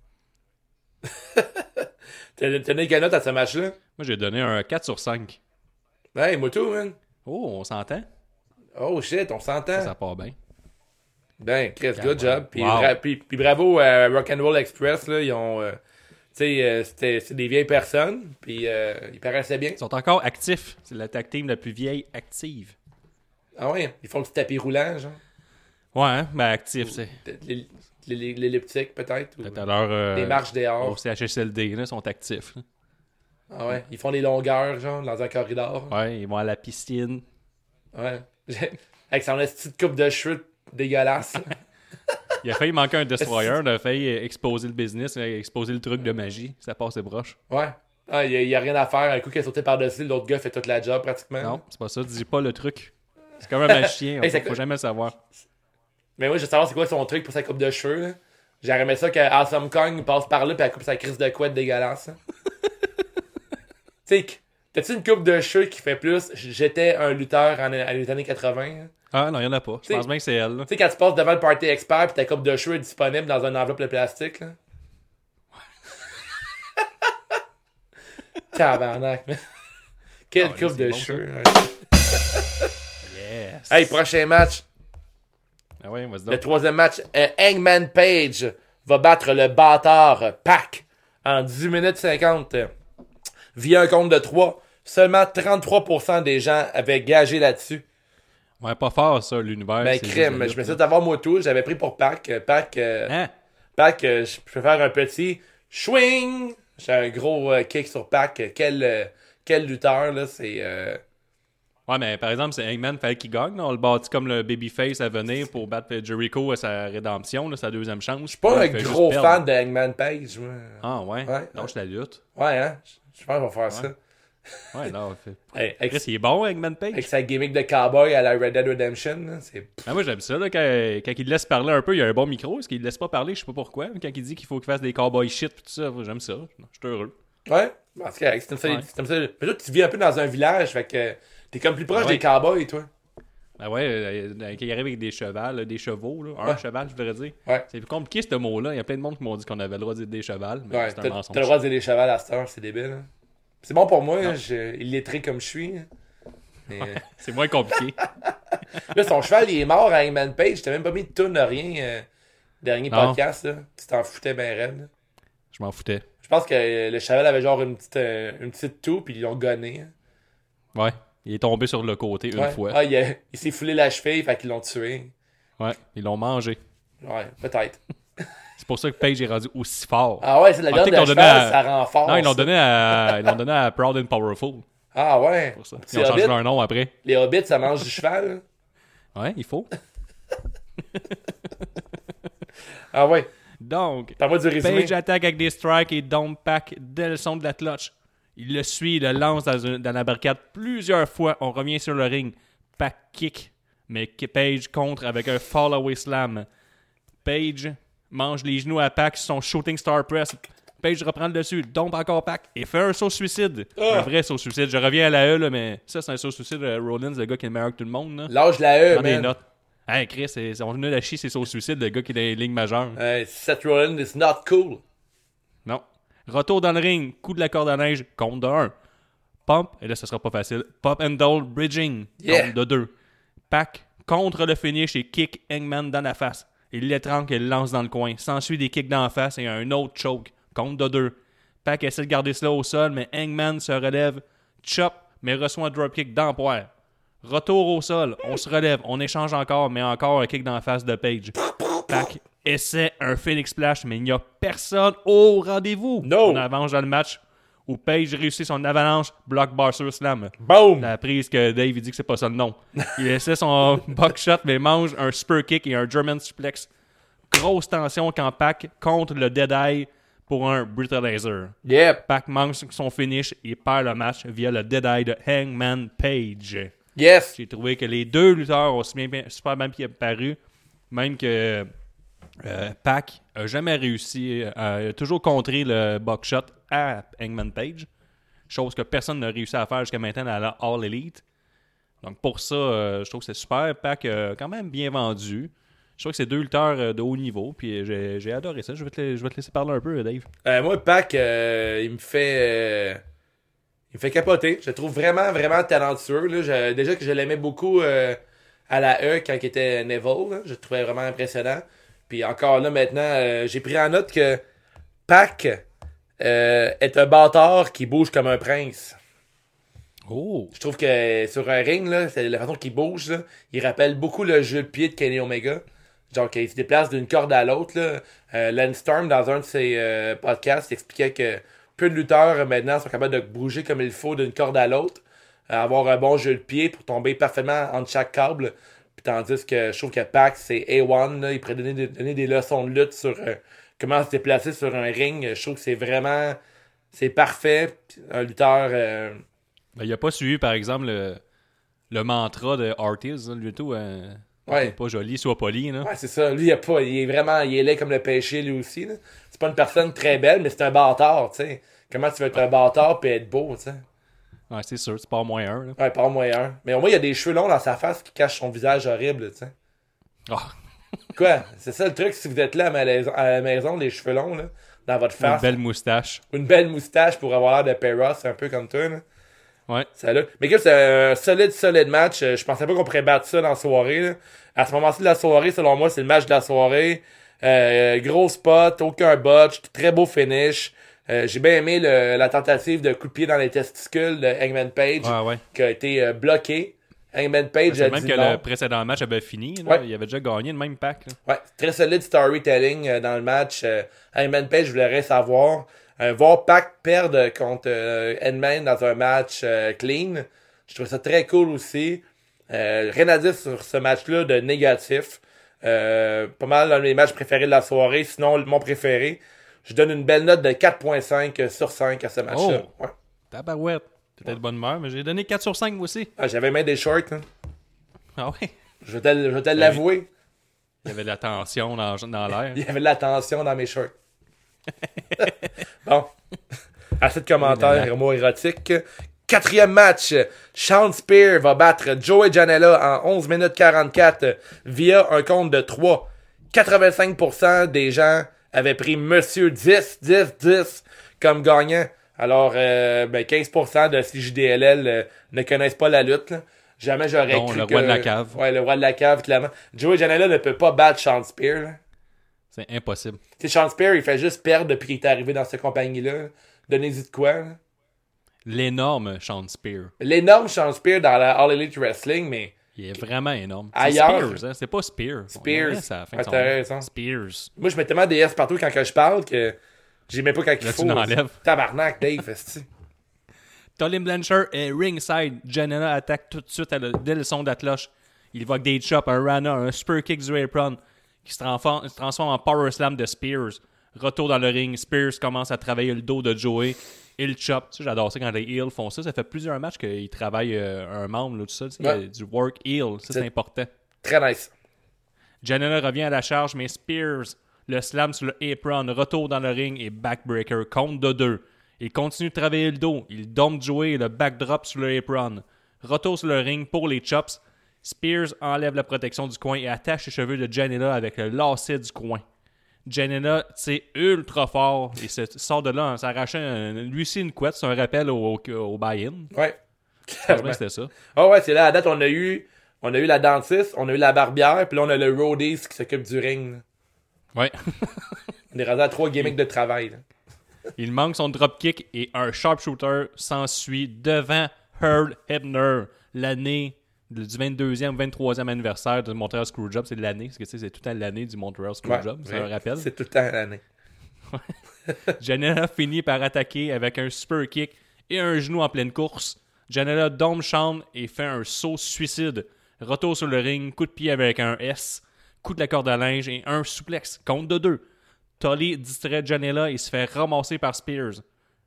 T'as t'as donné quelle note à ce match-là? Moi, j'ai donné un quatre sur cinq. Hey, moi tout, man. Oh, on s'entend? Oh shit, on s'entend. Ça part bien. Ben, Chris, good ouais. job. Puis, Wow. bra- puis, puis bravo à Rock'n'Roll Express, là. Ils ont. euh, tu sais, euh, c'était c'est des vieilles personnes. Puis, euh, ils paraissaient bien. Ils sont encore actifs. C'est la tag team la plus vieille active. Ah ouais, ils font du tapis roulant, genre. Ouais, hein? Ben actif, c'est. L'é- l'é- L'elliptique, peut-être. Ou Peut-être à l'heure. Euh, des marches dehors. Au C H S L D, là, ils sont actifs. là. Ah ouais, ils font des longueurs, genre, dans un corridor. Ouais, ils vont à la piscine. Ouais. Avec son esti de coupe de cheveux dégueulasse. Il a failli manquer un destroyer, il a failli exposer le business, exposer le truc de magie. Ça passe broche. Ouais. Ah, il y, a- il y a rien à faire. Un coup qui a sauté par-dessus, l'autre gars fait toute la job pratiquement. Non, c'est pas ça. Dis pas le truc. C'est comme un magicien. Hey, faut, ça- faut jamais le savoir. Mais moi, je veux savoir c'est quoi son truc pour sa coupe de cheveux. là. J'aurais aimé ça que Awesome Kong passe par là puis elle coupe sa crise de couette dégueulasse. hein. Tu sais, t'as-tu une coupe de cheveux qui fait plus j'étais un lutteur en, à les années quatre-vingts? hein? Ah non, il y en a pas. Je T'sais- pense bien que c'est elle. là. Tu sais, quand tu passes devant le party expert pis ta coupe de cheveux est disponible dans une enveloppe de plastique, là. Tabarnak, man. Quelle Ah, coupe c'est de bon, cheveux. hein. Yes. Hey, prochain match. Ah ouais, vas-y Le donc. troisième match. euh, Hangman Page va battre le bâtard Pac en dix minutes cinquante. euh, Via un compte de trois. Seulement trente-trois pour cent des gens avaient gagé là-dessus. Ouais, pas fort ça, l'univers. Ben, c'est crème. juste Je me la suis lutte, dit d'avoir moi tout. J'avais pris pour Pac. Euh, Pac, euh, là. Hein? Pac, euh, je peux faire un petit swing. J'ai un gros euh, kick sur Pac. Quel, euh, quel lutteur, là. C'est. euh, Ouais, mais par exemple, c'est Hangman, fallait qu'il gagne. là. On le bâtit comme le babyface à venir pour battre Jericho à sa rédemption, là, sa deuxième chance. Je suis pas un gros fan de Hangman Page, moi. Ah ouais? Ouais. Non, je la lutte. Ouais, hein. Je pense qu'on va faire ça. Ouais, non, fait... Hey, avec, Chris, il est bon, Hangman Page. avec sa gimmick de cowboy à la Red Dead Redemption, là, c'est. Ah, moi, j'aime ça, là, quand, quand il le laisse parler un peu, il y a un bon micro. Est-ce qu'il le laisse pas parler? Je sais pas pourquoi. Quand il dit qu'il faut qu'il fasse des cowboy shit pis tout ça, j'aime ça. Je suis heureux. Ouais, parce que c'est comme ça. Ouais. C'est comme ça. Mais toi, tu vis un peu dans un village, fait que t'es comme plus proche Ah ouais. des cowboys, toi. Ah ouais, euh, quand il arrive avec des chevals, là, des chevaux, là, un Ouais. cheval, je voudrais dire. Ouais. C'est plus compliqué, ce mot-là. Il y a plein de monde qui m'ont dit qu'on avait le droit de dire des chevals, mais Ouais, c'est t'as un mensonge. t'as le droit de dire les chevals à cette heure, c'est débile. hein. C'est bon pour moi, Non. hein, je, illettré comme je suis. hein. Mais, euh, C'est moins compliqué. là, son cheval, il est mort à Hangman Page. T'as même pas mis de tune de rien. euh, dernier Non. podcast, là. Tu t'en foutais bien raide. là. Je m'en foutais. Je pense que euh, le cheval avait genre une petite, euh, une petite toux, puis ils l'ont gonné. hein. Ouais. Il est tombé sur le côté une Ouais. fois. Ah, il, a- il s'est foulé la cheville, fait qu'ils l'ont tué. Ouais. Ils l'ont mangé. Ouais, peut-être. C'est pour ça que Page est rendu aussi fort. Ah ouais, c'est la Ah, viande de peut-être qu'on cheval, donnait à- ça rend fort. non, ils l'ont ça. donné à, ils l'ont donné à Proud and Powerful. Ah ouais. Pour ça. Petit Ils ont changé hobbit. leur nom après. Les hobbits, ça mange du cheval. Ouais, il faut. Ah ouais. Donc, Parle-moi du résumé. Page attaque avec des strikes et dump pack dès le son de la clutch. Il le suit, il le lance dans, une- dans la barricade plusieurs fois. On revient sur le ring. Pack kick, mais Page contre avec un fall away slam. Page mange les genoux à Pac sur son shooting star press. Page reprend le dessus, dompe encore Pac et fait un saut suicide. Ah. Un vrai saut suicide. Je reviens à la E, là, mais ça, c'est un saut suicide de Rollins, le gars qui est le meilleur que tout le monde. Là. Lâche la E, Prends des man. notes. Hey, Chris, c'est- on venait à chier, c'est saut suicide, le gars qui est dans les lignes majeures. Euh, Seth Rollins is not cool. Non. Retour dans le ring, coup de la corde à neige, compte de un. Pump, et là, ça sera pas facile. Pop and Dole, bridging, Yeah. compte de deux. Pac, contre le finish et kick Hangman dans la face. Il l'étrangle et le lance dans le coin. S'ensuit des kicks dans la face et un autre choke, compte de deux. Pac essaie de garder cela au sol, mais Hangman se relève, chop, mais reçoit un dropkick dans le poire. Retour au sol, on se relève, on échange encore, mais encore un kick dans la face de Page. Pac essaie un Phoenix Splash, mais il n'y a personne au rendez-vous. No. On avance dans le match où Page réussit son avalanche blockbuster slam. Boom! La prise que Dave il dit que c'est pas ça le nom. Il essaie son buckshot, mais mange un spur kick et un German suplex. Grosse tension quand Pac contre le Dead Eye. pour un Brutalizer. Yep. Pac manque son finish et perd le match via le Dead Eye de Hangman Page. Yes. J'ai trouvé que les deux lutteurs ont super bien, super bien paru, même que euh, Pac a jamais réussi, euh, a toujours contré le buckshot à Hangman Page, chose que personne n'a réussi à faire jusqu'à maintenant à la All Elite. Donc pour ça, euh, je trouve que c'est super. Pac a quand même bien vendu. Je trouve que c'est deux lutteurs euh, de haut niveau, puis j'ai, j'ai adoré ça. Je vais, te, je vais te laisser parler un peu, Dave. Euh, moi, Pac, euh, il me fait... Euh, il me fait capoter. Je le trouve vraiment, vraiment talentueux. Là. Je, déjà que je l'aimais beaucoup euh, à la E quand il était Neville. Là. Je le trouvais vraiment impressionnant. Puis encore là, maintenant, euh, j'ai pris en note que Pac euh, est un bâtard qui bouge comme un prince. Oh! Je trouve que sur un ring, là, c'est la façon qu'il bouge, là, il rappelle beaucoup le jeu de pied de Kenny Omega. Genre qu'il se déplace d'une corde à l'autre. Là. Euh, Lance Storm, dans un de ses euh, podcasts, expliquait que peu de lutteurs maintenant sont capables de bouger comme il faut d'une corde à l'autre, euh, avoir un bon jeu de pied pour tomber parfaitement entre chaque câble. Puis tandis que je trouve que Pac, c'est A un, là, il pourrait donner, des- donner des leçons de lutte sur euh, comment se déplacer sur un ring. Je trouve que c'est vraiment... C'est parfait. Un lutteur... euh, Ben, il a pas suivi, par exemple, le, le mantra de Ortiz, hein, lui tout. Euh, Ouais. Pas joli, soit poli. Là. Ouais, c'est ça. Lui, il, a pas, il est vraiment... Il est laid comme le péché, lui aussi. Là. C'est pas une personne très belle, mais c'est un bâtard, tu sais. Comment tu veux être un bâtard pis être beau, tu sais. Ouais, c'est sûr, c'est pas au moins un. Là. Ouais, pas moins un. Mais au moins, il y a des cheveux longs dans sa face qui cachent son visage horrible, tu sais. Ah, Quoi? C'est ça le truc, si vous êtes là à, ma laison- à la maison, les cheveux longs, là, dans votre une face. belle moustache. Une belle moustache pour avoir l'air de Perros, un peu comme toi, là. Ouais. Ça, là. Mais écoute, c'est un solide, solide match. Euh, Je pensais pas qu'on pourrait battre ça dans la soirée, là. À ce moment-ci de la soirée, selon moi, c'est le match de la soirée. Euh, gros spot, aucun botch, très beau finish. Euh, j'ai bien aimé le- la tentative de coup de pied dans les testicules de Hangman Page Ouais, ouais. qui a été euh, bloqué. Hangman Page a C'est même dit que non. le précédent match avait fini. Là. Ouais. Il avait déjà gagné le même pack. Là. Ouais, très solide storytelling euh, dans le match. Euh, Hangman Page, je voudrais savoir. Euh, voir Pac perdre contre euh, Edman dans un match euh, clean. Je trouve ça très cool aussi. Euh, rien à dire sur ce match-là de négatif. Euh, pas mal dans mes matchs préférés de la soirée. Sinon, mon préféré. Je donne une belle note de quatre virgule cinq sur cinq à ce match-là. Oh. Ouais. Tabarouette. T'étais de bonne humeur, mais j'ai donné quatre sur cinq moi aussi. Ah, j'avais même des shorts. Hein. Ah ouais. Je vais te, je vais te l'avouer. Il y avait de la tension dans, dans l'air. Il y avait de la tension dans mes shorts. Bon. Assez de commentaires homo-érotiques. Quatrième match. Sean Spear va battre Joey Janela en onze minutes quarante-quatre via un compte de trois. quatre-vingt-cinq pour cent des gens avaient pris Monsieur dix, dix, dix comme gagnant. Alors, euh, ben quinze pour cent de C J D L L euh, ne connaissent pas la lutte. Là. Jamais j'aurais Dont cru le que... roi de la cave. Ouais, le roi de la cave, clairement. Joey Janela ne peut pas battre Sean Spear. Là. C'est impossible. Tu sais, Sean Spear, il fait juste perdre depuis qu'il est arrivé dans cette compagnie-là. Donnez-y de quoi, là. L'énorme Sean Spear. L'énorme Sean Spear dans la All Elite Wrestling, mais Il est vraiment énorme. Ailleurs. C'est Spears, hein? C'est pas Spear. Spears. On est à la fin de Ouais, son t'as nom. raison. Spears. moi, je mets tellement des S partout quand que je parle que j'aimais pas quand il Là, faut. tu l'enlèves. Tabarnak, Dave, esti. Tully Blanchard est ringside. Janela attaque tout de suite à le, dès le son de la cloche. Il évoque des chops, un Rana, un spur kick du apron qui se transforme, se transforme en power slam de Spears. Retour dans le ring, Spears commence à travailler le dos de Joey. Il chop. Tu sais, j'adore ça quand les heels font ça. Ça fait plusieurs matchs qu'ils travaillent euh, un membre, là, tout ça. Tu sais, il y a Ouais. du work heel. Ça, c'est, C'est- important. Très nice. Janela revient à la charge, mais Spears le slam sur le apron, retour dans le ring et backbreaker, compte de deux. Il continue de travailler le dos. Il dompe Joey et le backdrop sur le apron. Retour sur le ring pour les chops. Spears enlève la protection du coin et attache les cheveux de Janela avec le lacet du coin. Janela, c'est ultra fort. Il se sort de là en s'arrachant un- lui aussi une couette. C'est un rappel au, au, au buy-in. Ouais. Je pense que c'était ça. Ah ouais, c'est là, à date, on a eu on a eu la dentiste, on a eu la barbière, puis là, on a le roadies qui s'occupe du ring. Là. Ouais. On est rendu à trois gimmicks de travail. Là. Il manque son dropkick et un sharpshooter s'ensuit devant Earl Hebner, l'année du vingt-deuxième, vingt-troisième anniversaire du Montreal Screwjob. C'est l'année, parce que tu sais, c'est tout le temps l'année du Montreal Ouais, Screwjob, c'est ouais. un rappel. C'est tout le temps l'année. Janela finit par attaquer avec un super kick et un genou en pleine course. Janela dompe Sean et fait un saut suicide. Retour sur le ring, coup de pied avec un S, coup de la corde à linge et un souplex, compte de deux. Tully distrait Janela, il se fait ramasser par Spears.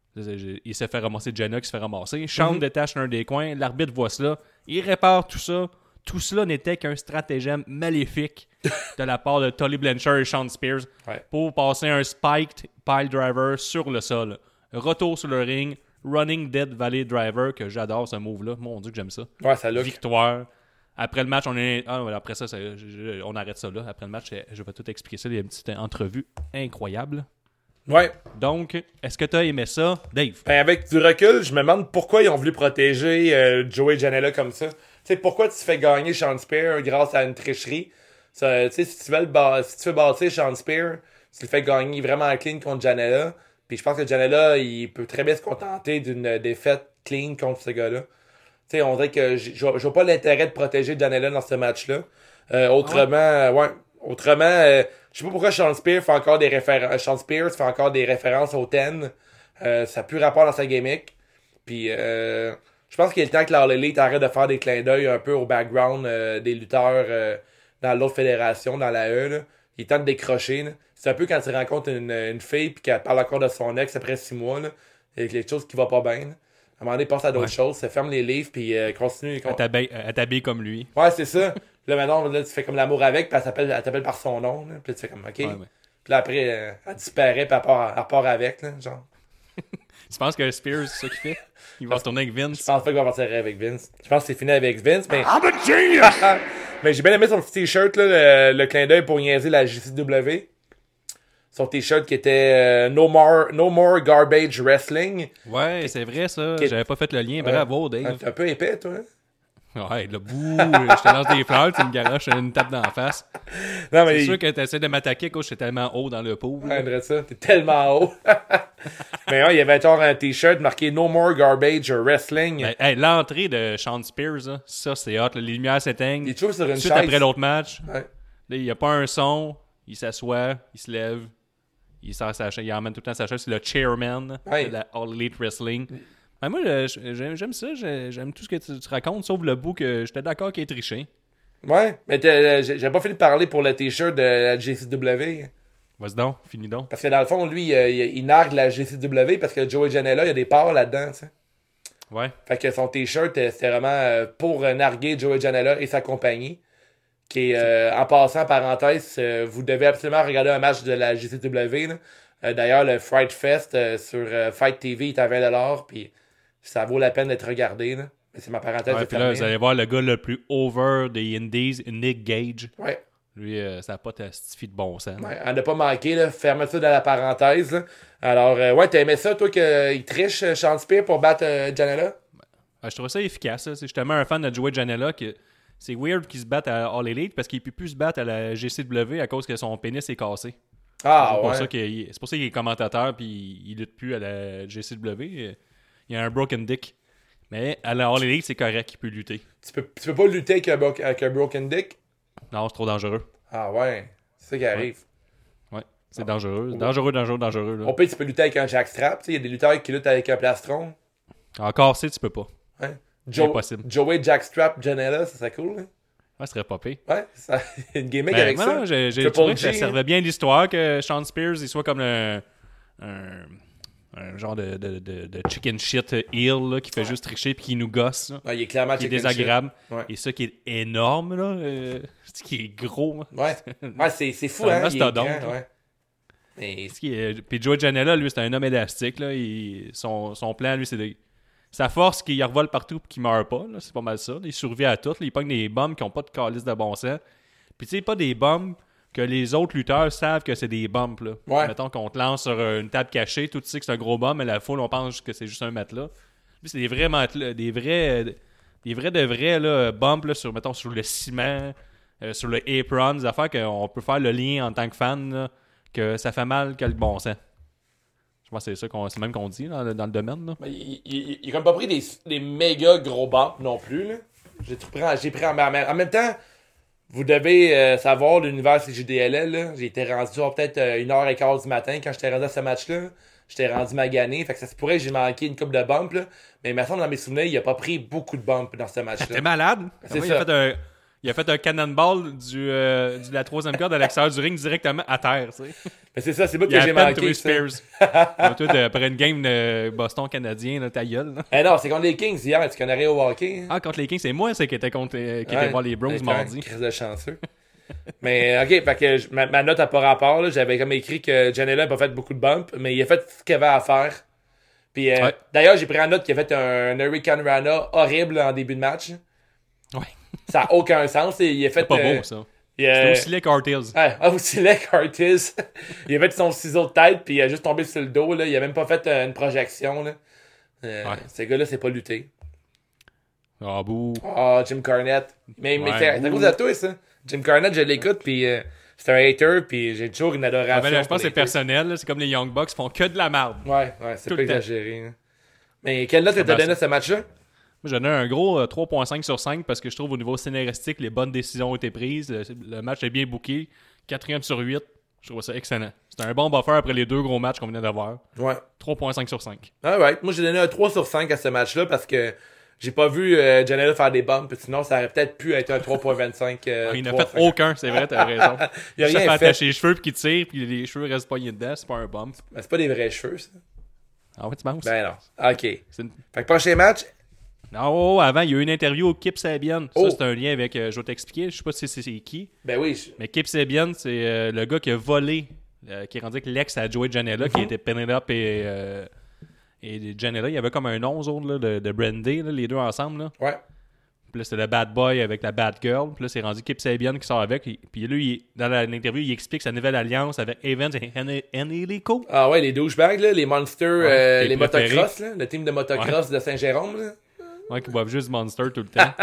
Il s'est fait ramasser Jenna qui se fait ramasser. Sean mm-hmm. détache l'un des coins, l'arbitre voit cela, il répare tout ça. Tout cela n'était qu'un stratagème maléfique de la part de Tully Blanchard et Sean Spears ouais. pour passer un spiked pile driver sur le sol. Retour sur le ring, running dead valley driver, que j'adore ce move-là. Mon Dieu que j'aime ça. Ouais, ça look. Victoire. Après le match, on est. Ah, après ça, ça je, je, on arrête ça là. Après le match, je vais tout expliquer ça. Il y a une petite entrevue incroyable. Ouais. Donc, est-ce que tu as aimé ça, Dave? Ben, avec du recul, je me demande pourquoi ils ont voulu protéger euh, Joey Janela comme ça. Tu sais, pourquoi tu fais gagner Sean Spears grâce à une tricherie? Tu sais, si tu veux le ba- si tu veux bâtir Sean Spears, tu le fais gagner vraiment clean contre Janela. Puis je pense que Janela, il peut très bien se contenter d'une défaite clean contre ce gars-là. Tu sais, on dirait que je vois pas l'intérêt de protéger Janela dans ce match-là. Euh, autrement, ah ouais. ouais. Autrement, euh, je sais pas pourquoi Sean Spears fait encore des références. Sean Spears fait encore des références au ten. Euh, ça n'a plus rapport dans sa gimmick. Puis euh, je pense qu'il est le temps que l'All Elite arrête de faire des clins d'œil un peu au background euh, des lutteurs euh, dans l'autre fédération, dans la E. Là. Il est temps de décrocher. Là. C'est un peu quand tu rencontres une, une fille puis qu'elle parle encore de son ex après six mois. Là, avec les choses qui vont pas bien. Là. À un moment donné, passe à d'autres ouais. choses, se ferme les livres puis euh, continue. Con... Elle t'habille comme lui. Ouais, c'est ça. Là, maintenant, là, tu fais comme l'amour avec, puis elle t'appelle, elle t'appelle par son nom. Là, puis tu fais comme, OK. Ouais, ouais. Puis là, après, euh, elle disparaît, puis elle part, elle part avec. Là, genre. Tu penses que Spears, c'est ça qu'il fait? Il va retourner avec Vince? Je pense pas qu'il va partir avec Vince. Je pense que c'est fini avec Vince, mais... I'm a genius! Mais j'ai bien aimé son petit t-shirt, là, le, le clin d'œil pour niaiser la J C W. Son t-shirt qui était euh, no, more, no More Garbage Wrestling. Ouais, qui, c'est vrai, ça. Qui... J'avais pas fait le lien. Bravo, ouais. Dave. T'es un peu épais, toi. Hein? Ouais, le bout, je te lance des fleurs, tu me garoches une tape dans la face. Non, mais c'est il... sûr que tu essaies de m'attaquer quand je suis tellement haut dans le pot. Ouais, dirait ça, t'es tellement haut. Mais ouais, il y avait genre un t-shirt marqué No More Garbage Wrestling. Ben, hey, l'entrée de Sean Spears, hein, ça c'est hot. Là, les lumières s'éteignent. Il est toujours sur une Suite chaise. après l'autre match. Ouais. Là, il n'y a pas un son. Il s'assoit, il se lève. Il sort sa chaise, il emmène tout le temps sa chaise. C'est le chairman ouais. de la All Elite Wrestling. Ben moi, j'aime, j'aime ça. J'aime tout ce que tu, tu racontes, sauf le bout que j'étais d'accord qu'il est triché. Ouais, mais j'ai pas fini de parler pour le t-shirt de la J C W. Vas-y donc, finis donc. Parce que dans le fond, lui, il, il nargue la J C W parce que Joey Janela, il y a des parts là-dedans, tu sais. Ouais. Fait que son t-shirt, c'était vraiment pour narguer Joey Janela et sa compagnie. Qui est, euh, en passant, parenthèse, euh, vous devez absolument regarder un match de la J C W. Là. Euh, d'ailleurs, le Fright Fest euh, sur euh, Fight T V, il est à vingt dollars, puis ça vaut la peine d'être regardé. Là. C'est ma parenthèse. Ouais, puis là, vous allez voir le gars le plus over des Indies, Nick Gage. Ouais. Lui, euh, ça n'a pas testifie de bon sens. Ouais, à ne pas manquer, là, ferme ça dans la parenthèse. Là. Alors, euh, ouais, t'as aimé ça, toi, qu'il triche Sean Spears pour battre euh, Janela? Ouais, je trouve ça efficace. Là. C'est justement un fan de Joey Janela qui... C'est weird qu'il se batte à All Elite parce qu'il ne peut plus se battre à la G C W à cause que son pénis est cassé. Ah, c'est ouais. Pour ça qu'il, c'est pour ça qu'il est commentateur puis il ne lutte plus à la G C W. Il a un broken dick. Mais à la All Elite, c'est correct qu'il peut lutter. Tu peux, tu peux pas lutter avec un, avec un broken dick? Non, c'est trop dangereux. Ah ouais, c'est ça qui arrive. Ouais, ouais. c'est ah. dangereux. Dangereux, dangereux, dangereux. Là. On peut, tu peux lutter avec un jackstrap. Il y a des lutteurs qui luttent avec un plastron. Encore, c'est tu peux pas. Ouais. Joe, impossible. Joey Jackstrap Janela, ça serait cool. Hein? Ouais, ça serait pas pire. Ouais, ça, une gimmick ben, avec moi, ça. Non, j'ai, j'ai trouvé que ça servait bien l'histoire que Sean Spears il soit comme un, un, un genre de, de, de, de chicken shit heel là, qui fait ouais. juste tricher puis qui nous gosse. Là, ouais, il est clairement qui est désagréable. Ouais. Et ça qui est énorme, là, euh, qui est gros. Ouais, ouais c'est, c'est fou, c'est hein. Il est grand, ouais. Mais... Est... Puis Joey Janela, lui, c'est un homme élastique. Là. Il... Son, son plan, lui, c'est de... Sa force, qu'il revole partout et qu'il meurt pas. Là. C'est pas mal ça. Il survit à tout. Là. Il pogne des bombes qui n'ont pas de calice de bon sens. Puis tu sais, pas des bombes que les autres lutteurs savent que c'est des bombes. Là. Ouais. Mettons qu'on te lance sur une table cachée, tout tu sais que c'est un gros bombe, mais la foule, on pense que c'est juste un matelas. Lui, c'est des vrais matelas, des vrais, des vrais de vrais là, bombes là, sur, mettons, sur le ciment, euh, sur le apron, des affaires qu'on peut faire le lien en tant que fan, là, que ça fait mal que le bon sens. Je pense que c'est ça qu'on, c'est même qu'on dit là, dans le domaine. Là. Mais il, il, il a comme pas pris des, des méga gros bumps non plus. Là. J'ai, pris, j'ai pris en, en même temps, vous devez euh, savoir l'univers C J D L L. Là. J'ai été rendu genre, peut-être euh, une heure et quart du matin quand j'étais rendu à ce match-là. J'étais rendu magané. Fait que ça se pourrait que j'ai manqué une couple de bumps. Là. Mais il me semble dans mes souvenirs, il a pas pris beaucoup de bumps dans ce match-là. T'es malade? C'est moi, ça. Il a fait un... Il a fait un cannonball du, euh, de la troisième corde à l'extérieur du ring directement à terre, tu sais. Mais c'est ça, c'est moi que Il a j'ai à peine manqué. trouvé Ça. Spears. Toi, de- après une game de Boston canadien, là, ta gueule. Là. Eh non, c'est contre les Kings hier, tu connais rien au hockey. Hein? Ah, contre les Kings, c'est moi, c'est qui était, contre, euh, qui Ouais, était voir les Browns avec mardi. un crise de chanceux. Mais ok, fait que je- ma, ma note a pas rapport. là. J'avais comme écrit que Janela n'a pas fait beaucoup de bumps, mais il a fait ce qu'il avait à faire. Puis euh, Ouais. d'ailleurs, j'ai pris en note qu'il a fait un Hurricane Rana horrible en début de match. Ouais. Ça n'a aucun sens. Il a fait. C'est pas euh, beau, ça. il a- C'était aussi les Cartels. Ouais, ah, aussi là, Curtis. Il a fait son ciseau de tête, puis il a juste tombé sur le dos. Là. Il a même pas fait euh, une projection. Là. Euh, Ouais. Ce gars-là, c'est pas lutter. Ah, bouh. Ah, Jim Cornette. Mais, mais Ouais, c'est c'est à ouh. cause de toi, ça. Jim Cornette, je l'écoute, puis euh, c'est un hater, puis j'ai toujours une adoration. Ah, ben là, je pense pour que c'est les personnel. là. C'est comme les Young Bucks font que de la merde. deux. Ouais, ouais, c'est Tout pas le temps. exagéré. hein. Mais quelle note t'as ben, donné à ça- ce match-là? Moi, j'en ai un gros euh, trois virgule cinq sur cinq parce que je trouve au niveau scénaristique, les bonnes décisions ont été prises. Le, le match est bien booké. Quatrième sur huit. Je trouve ça excellent. C'était un bon buffer après les deux gros matchs qu'on venait d'avoir. Ouais. trois virgule cinq sur cinq. Alright. Moi, j'ai donné un trois sur cinq à ce match-là parce que j'ai pas vu euh, Janela faire des bumps, sinon ça aurait peut-être pu être un trois virgule vingt-cinq. Euh, Il n'a trois, fait cinq. aucun, c'est vrai, t'as raison. Il a Ça rien fait fait. attacher les cheveux puis qu'il tire puis les cheveux restent poignés dedans, c'est pas un bump. Ben, c'est pas des vrais cheveux, ça. Ah ouais, tu penses? Ben non. OK. Fait C'est une- que prochain match. Non, oh, oh, avant, il y a eu une interview au Kip Sabian. Oh. Ça, c'est un lien avec, euh, je vais t'expliquer, je sais pas si c'est c'est qui. Ben oui. je- Mais Kip Sabian, c'est euh, le gars qui a volé, euh, qui est rendu avec l'ex à Joey Janela, qui était Penelope et, euh, et Janela. Il y avait comme un nom, eux autres, là, de, de Brandy, là, les deux ensemble. Là. Ouais. Puis là, c'était le bad boy avec la bad girl. Puis là, c'est rendu Kip Sabian qui sort avec. Puis puis lui, il- dans la- l'interview, il explique sa nouvelle alliance avec Evans et Hen- Henrico. Ah ouais, les douchebags, là, les monsters, euh, tes les préférés. motocross, là, le team de motocross de Saint-Jérôme. Là. Ouais, qui boivent juste Monster tout le temps.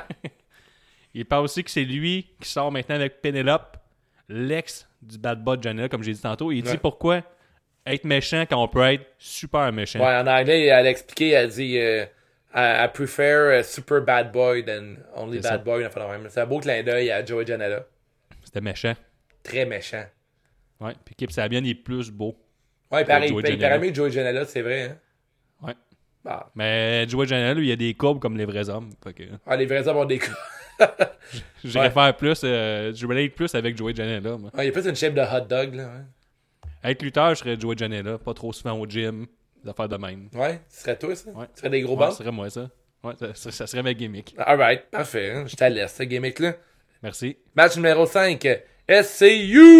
Il parle aussi que c'est lui qui sort maintenant avec Penelope, l'ex du bad boy de Janela, comme j'ai dit tantôt. Il dit Ouais. pourquoi être méchant quand on peut être super méchant. Ouais, en anglais, elle a expliqué, elle a dit euh, I, I prefer a super bad boy than only C'est bad ça. boy. Enfin, même. C'est un beau clin d'œil à Joey Janela. C'était méchant. Très méchant. Ouais. Puis Kip Sabian, il est plus beau. Ouais, il paraît, Joey il Janela. paraît mieux que Joey Janela, c'est vrai. Hein? Ouais. Bah. Mais Joey Janela, lui, il a des courbes comme les vrais hommes. Fait que Ah, les vrais hommes ont des coups. j'irais Ouais. faire plus, euh, je relate plus avec Joey Janela. Moi. Ouais, il y a plus une shape de hot dog, là. Ouais, Être lutteur, je serais Joey Janela. Pas trop souvent au gym. Des affaires de même. ouais ce serait toi, ça? Ouais. Tu ferais des gros Ouais, bumps? ça serait moi, ça. Ouais, ça, ça- ça serait ma gimmick. Alright, parfait. Hein? Je te laisse, ce gimmick-là. Merci. Match numéro cinq. S C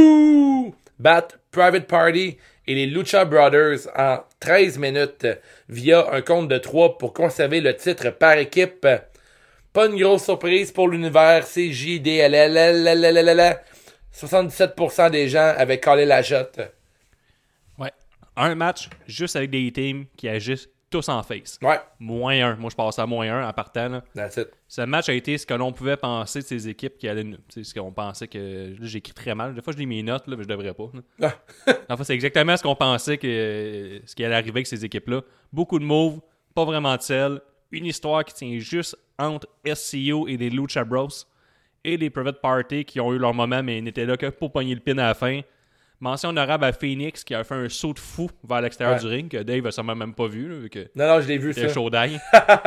U bat Private Party et les Lucha Brothers en treize minutes via un compte de trois pour conserver le titre par équipe. Pas une grosse surprise pour l'univers C J D L L L L L L L. soixante-dix-sept pour cent des gens avaient collé la jotte. Ouais. Un match juste avec des teams qui agissent tous en face. Ouais, Moins un. Moi, je passe à moins un en partant. Là. that's it. Ce match a été ce que l'on pouvait penser de ces équipes qui allaient. C'est ce qu'on pensait que. Là, j'écris très mal. Des fois, je lis mes notes, là, mais je devrais pas. là. Ah. Enfin, c'est exactement ce qu'on pensait que ce qui allait arriver avec ces équipes-là. Beaucoup de moves, pas vraiment de sel. Une histoire qui tient juste entre S C U et les Lucha Bros. Et les Private Party qui ont eu leur moment, mais n'étaient là que pour pogner le pin à la fin. Mention honorable à Phoenix qui a fait un saut de fou vers l'extérieur Ouais. du ring, que Dave a sûrement même pas vu, là, vu que Non, non, je l'ai vu, c'était ça. chaud d'ail.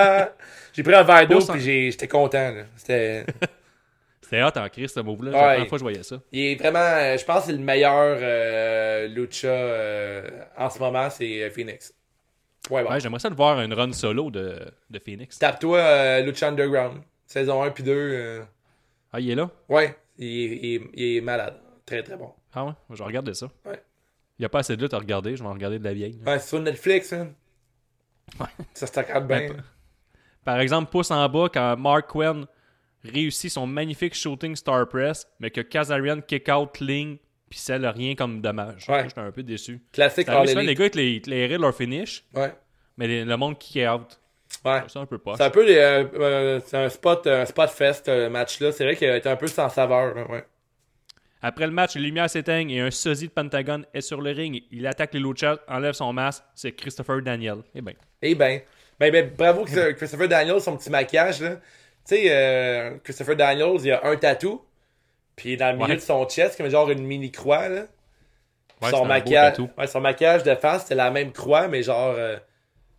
J'ai pris un verre d'eau Pouce en- puis j'ai- j'étais content. là. C'était... C'était hot en crise, ce move-là. C'est Ouais. la première fois que je voyais ça. Il est vraiment... euh, Je pense que c'est le meilleur euh, Lucha euh, en ce moment, c'est euh, Phoenix. Ouais, bon. Ouais, j'aimerais ça le voir une run solo de, de Phoenix. Tape-toi euh, Lucha Underground. Saison un puis deux. euh, Ah, il est là? Ouais, il, est- il est- il est malade. Très, très bon. Ah ouais? Je vais regarder ça. Ouais. Il n'y a pas assez de lutte à regarder, je vais en regarder de la vieille. Ouais, c'est sur Netflix, hein. Ouais. Ça se regarde bien. Ouais, Par exemple, pouce en bas quand Mark Quinn réussit son magnifique shooting star press, mais que Kazarian kick out ligne puis scelle rien comme dommage. Ouais. J'étais un peu déçu. Classique Ça arrive All souvent, les Elite. gars, ils te les- ils te les raient leur finish, Ouais. mais les- le monde kick out. Ouais. C'est un peu poche. C'est un peu les, euh, euh, c'est un spot, un spot fest, euh, le match-là. C'est vrai qu'il a été un peu sans saveur. hein, Ouais. Après le match, les lumières s'éteignent et un sosie de Pentagon est sur le ring. Il attaque les Luchas, enlève son masque. C'est Christopher Daniel. Eh ben. Eh ben, ben, ben, bravo que Christopher Daniels, son petit maquillage, là. Tu sais, euh, Christopher Daniels, il a un tatou, puis dans le milieu Ouais. de son chest, comme genre une mini-croix, là. Ouais, c'est un son, beau maquillage, tatou. ouais, son maquillage de face, c'était la même croix, mais genre euh,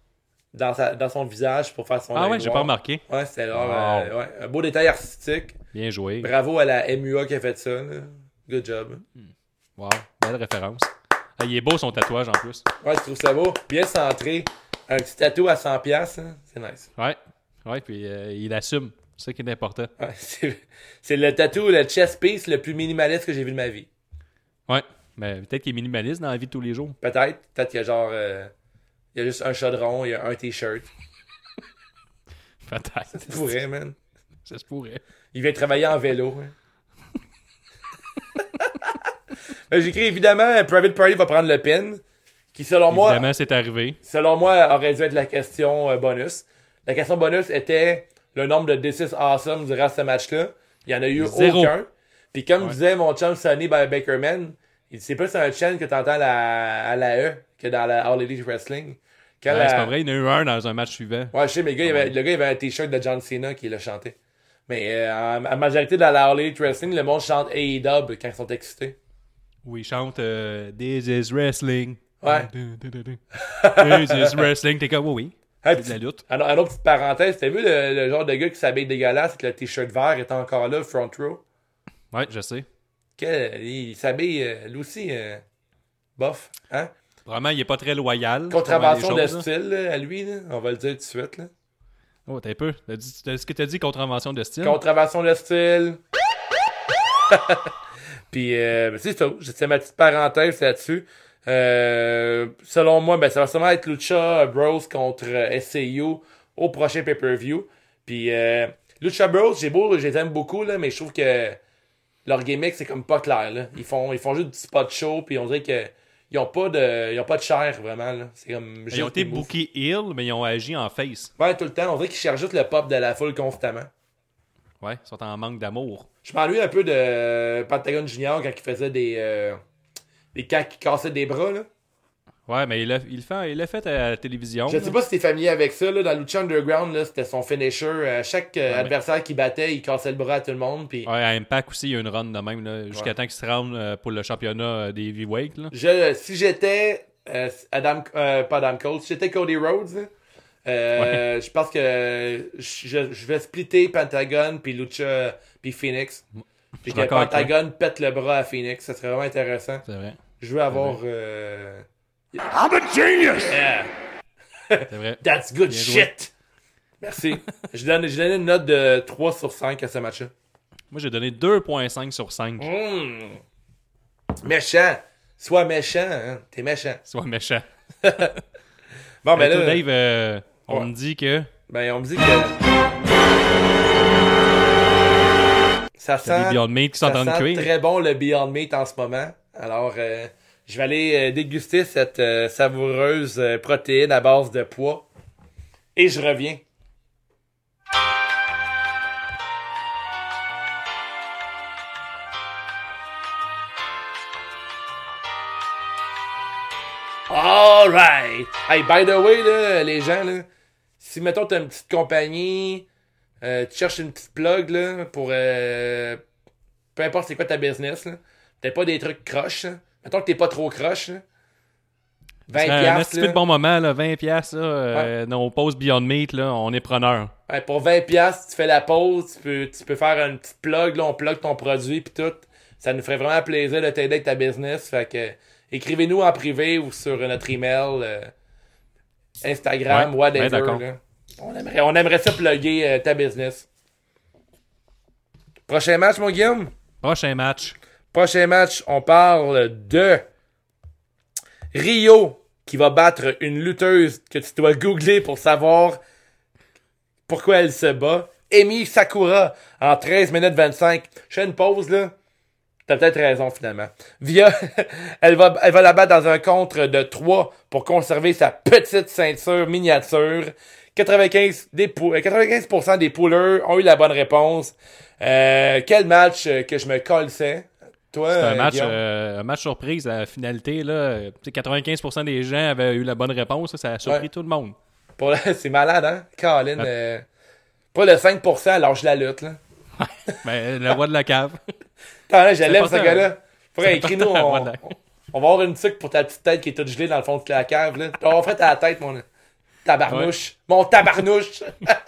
dans, sa, dans son visage pour faire son Ah œil ouais, j'ai noir. pas remarqué. Ouais, c'était genre Wow. euh, ouais, un beau détail artistique. Bien joué. Bravo à la M U A qui a fait ça. Là. Good job. Wow, belle référence. Ah, il est beau son tatouage en plus. Ouais, je trouve ça beau. Bien centré. Un petit tatou à cent piastres, hein. C'est nice. Ouais, ouais, puis euh, il assume. C'est ça qui est important. Ouais, c'est, c'est le tatou, le chest piece le plus minimaliste que j'ai vu de ma vie. Ouais, mais peut-être qu'il est minimaliste dans la vie de tous les jours. Peut-être. Peut-être qu'il y a genre... Euh, il y a juste un chaudron, il y a un t-shirt. Peut-être. Ça se pourrait, man. Ça se pourrait. Il vient travailler en vélo. Hein. Ben, j'écris évidemment, Private Party va prendre le pin. Qui, selon moi... Évidemment, c'est arrivé. Selon moi, aurait dû être la question euh, bonus. La question bonus était le nombre de D six Awesome durant ce match-là. Il n'y en a eu Zéro. aucun. Puis comme Ouais. disait mon chum Sonny by Bakerman, il c'est plus un chant que t'entends à la, à la E que dans la All Elite Wrestling. Quand Ouais, la- c'est pas vrai, il y en a eu un dans un match suivant. Ouais, je sais, mais le gars, il avait, le gars, il avait un t-shirt de John Cena qui l'a chanté. Mais euh, en, en majorité dans la All Elite Wrestling, le monde chante A E W quand ils sont excités. Où il chante euh, This is wrestling. Ouais. This is wrestling. T'es comme, oui, oui. Hey, C'est de la lutte. Un, un autre petite parenthèse, t'as vu le, le genre de gars qui s'habille dégueulasse avec le t-shirt vert est encore là, front row? Ouais, je sais. Quel, il s'habille, euh, lui aussi, euh, bof, hein? Vraiment, il est pas très loyal. Contravention Comment de les choses, là. style, là, à lui, là, on va le dire tout de suite, là. Oh, t'as un peu. T'as dit, t'as- ce que t'as dit, contravention de style. Contravention de style. Puis, euh, ben, c'est ça, c'est ma petite parenthèse là-dessus. Euh, selon moi, ben, ça va sûrement être Lucha Bros contre euh, S C U au prochain pay-per-view. Puis, euh, Lucha Bros, j'ai beau, je les aime beaucoup, là, mais je trouve que leur gimmick, c'est comme pas clair, là. Ils font, ils font juste du spot show, puis on dirait que ils ont pas de, ils ont pas de chair, vraiment, là. C'est comme Ils ont juste été des moves. bookés heel, mais ils ont agi en face. Ouais, tout le temps. On dirait qu'ils cherchent juste le pop de la foule constamment. Ouais, ils sont en manque d'amour. Je m'ennuie un peu de Pentagon Junior quand il faisait des, euh, des quand il cassait des bras, là. Ouais, mais il l'a il fait, il l'a fait à la télévision. Je sais pas si t'es familier avec ça, là. Dans Lucha Underground, là, c'était son finisher. Euh, chaque euh, Ouais, adversaire qu'il battait, il cassait le bras à tout le monde. Puis Ouais, à Impact aussi, il y a une run de même, là, jusqu'à Ouais. temps qu'ils se rendent euh, pour le championnat euh, des heavyweight, là. je, si j'étais euh, Adam, euh, pas Adam Cole, si j'étais Cody Rhodes, là, euh, je pense que je, je vais splitter Pentagon puis Lucha puis Phoenix. Puis suis que d'accord avec toi. Pentagon pète le bras à Phoenix, ça serait vraiment intéressant. C'est vrai. Je veux avoir. Euh... I'm a genius! Yeah, C'est vrai. that's good Bien joué. shit! Merci. je donne, je donne une note de trois sur cinq à ce match-là. Moi, j'ai donné deux virgule cinq sur cinq. Mmh. Méchant. Sois méchant, hein. T'es méchant. Sois méchant. Bon, ben Mais toi, là, Dave, euh, on Ouais. me dit que ben, on me dit que. Ça t'as des sent, Beyond Meat qui sont en ça train de sent cuire. très bon le Beyond Meat en ce moment. Alors, euh, je vais aller euh, déguster cette euh, savoureuse euh, protéine à base de pois. Et je reviens. Alright! Hey, by the way, là, les gens, là, si mettons t'as une petite compagnie, euh, tu cherches une petite plug là, pour euh, peu importe c'est quoi ta business, là, t'as pas des trucs croches, là. Mettons que t'es pas trop croche, là. vingt C'est un piastres, petit peu là. de bon moment, là, vingt piastres, là, euh, nos pauses Beyond Meat, là, on est preneur. Ouais, pour vingt piastres, tu fais la pause, tu peux, tu peux faire une petite plug, là, on plug ton produit pis tout. Ça nous ferait vraiment plaisir de t'aider avec ta business. Fait que écrivez-nous en privé ou sur notre email, euh, Instagram, Ouais, whatever. ouais, d'accord. là. On aimerait, on aimerait ça plugger euh, ta business. Prochain match, mon Guillaume? Prochain match. Prochain match, on parle de Rio qui va battre une lutteuse que tu dois googler pour savoir pourquoi elle se bat. Emi Sakura en treize minutes vingt-cinq. Je fais une pause là. T'as peut-être raison finalement. Via, elle va, elle va la battre dans un contre de trois pour conserver sa petite ceinture miniature. quatre-vingt-quinze, des pou- quatre-vingt-quinze pour cent des poolers ont eu la bonne réponse. Euh, quel match euh, que je me colsais. Toi, C'est un euh, match, Guillaume? euh, un match surprise à la finalité. Là. Euh, tu sais, quatre-vingt-quinze pour cent des gens avaient eu la bonne réponse. Ça, ça a surpris Ouais. tout le monde. Pour le- c'est malade, hein? Colin, Ouais. euh, pas le cinq pour cent, lâche la lutte, là. Ben, le roi de la cave. Attends, là, je l'aime, ce important, gars-là. Faudrait c'est écrire nous, important, on, le roi de on va avoir une tuque pour ta petite tête qui est toute gelée dans le fond de la cave, là. On va faire ta tête, mon tabarnouche. Mon tabarnouche!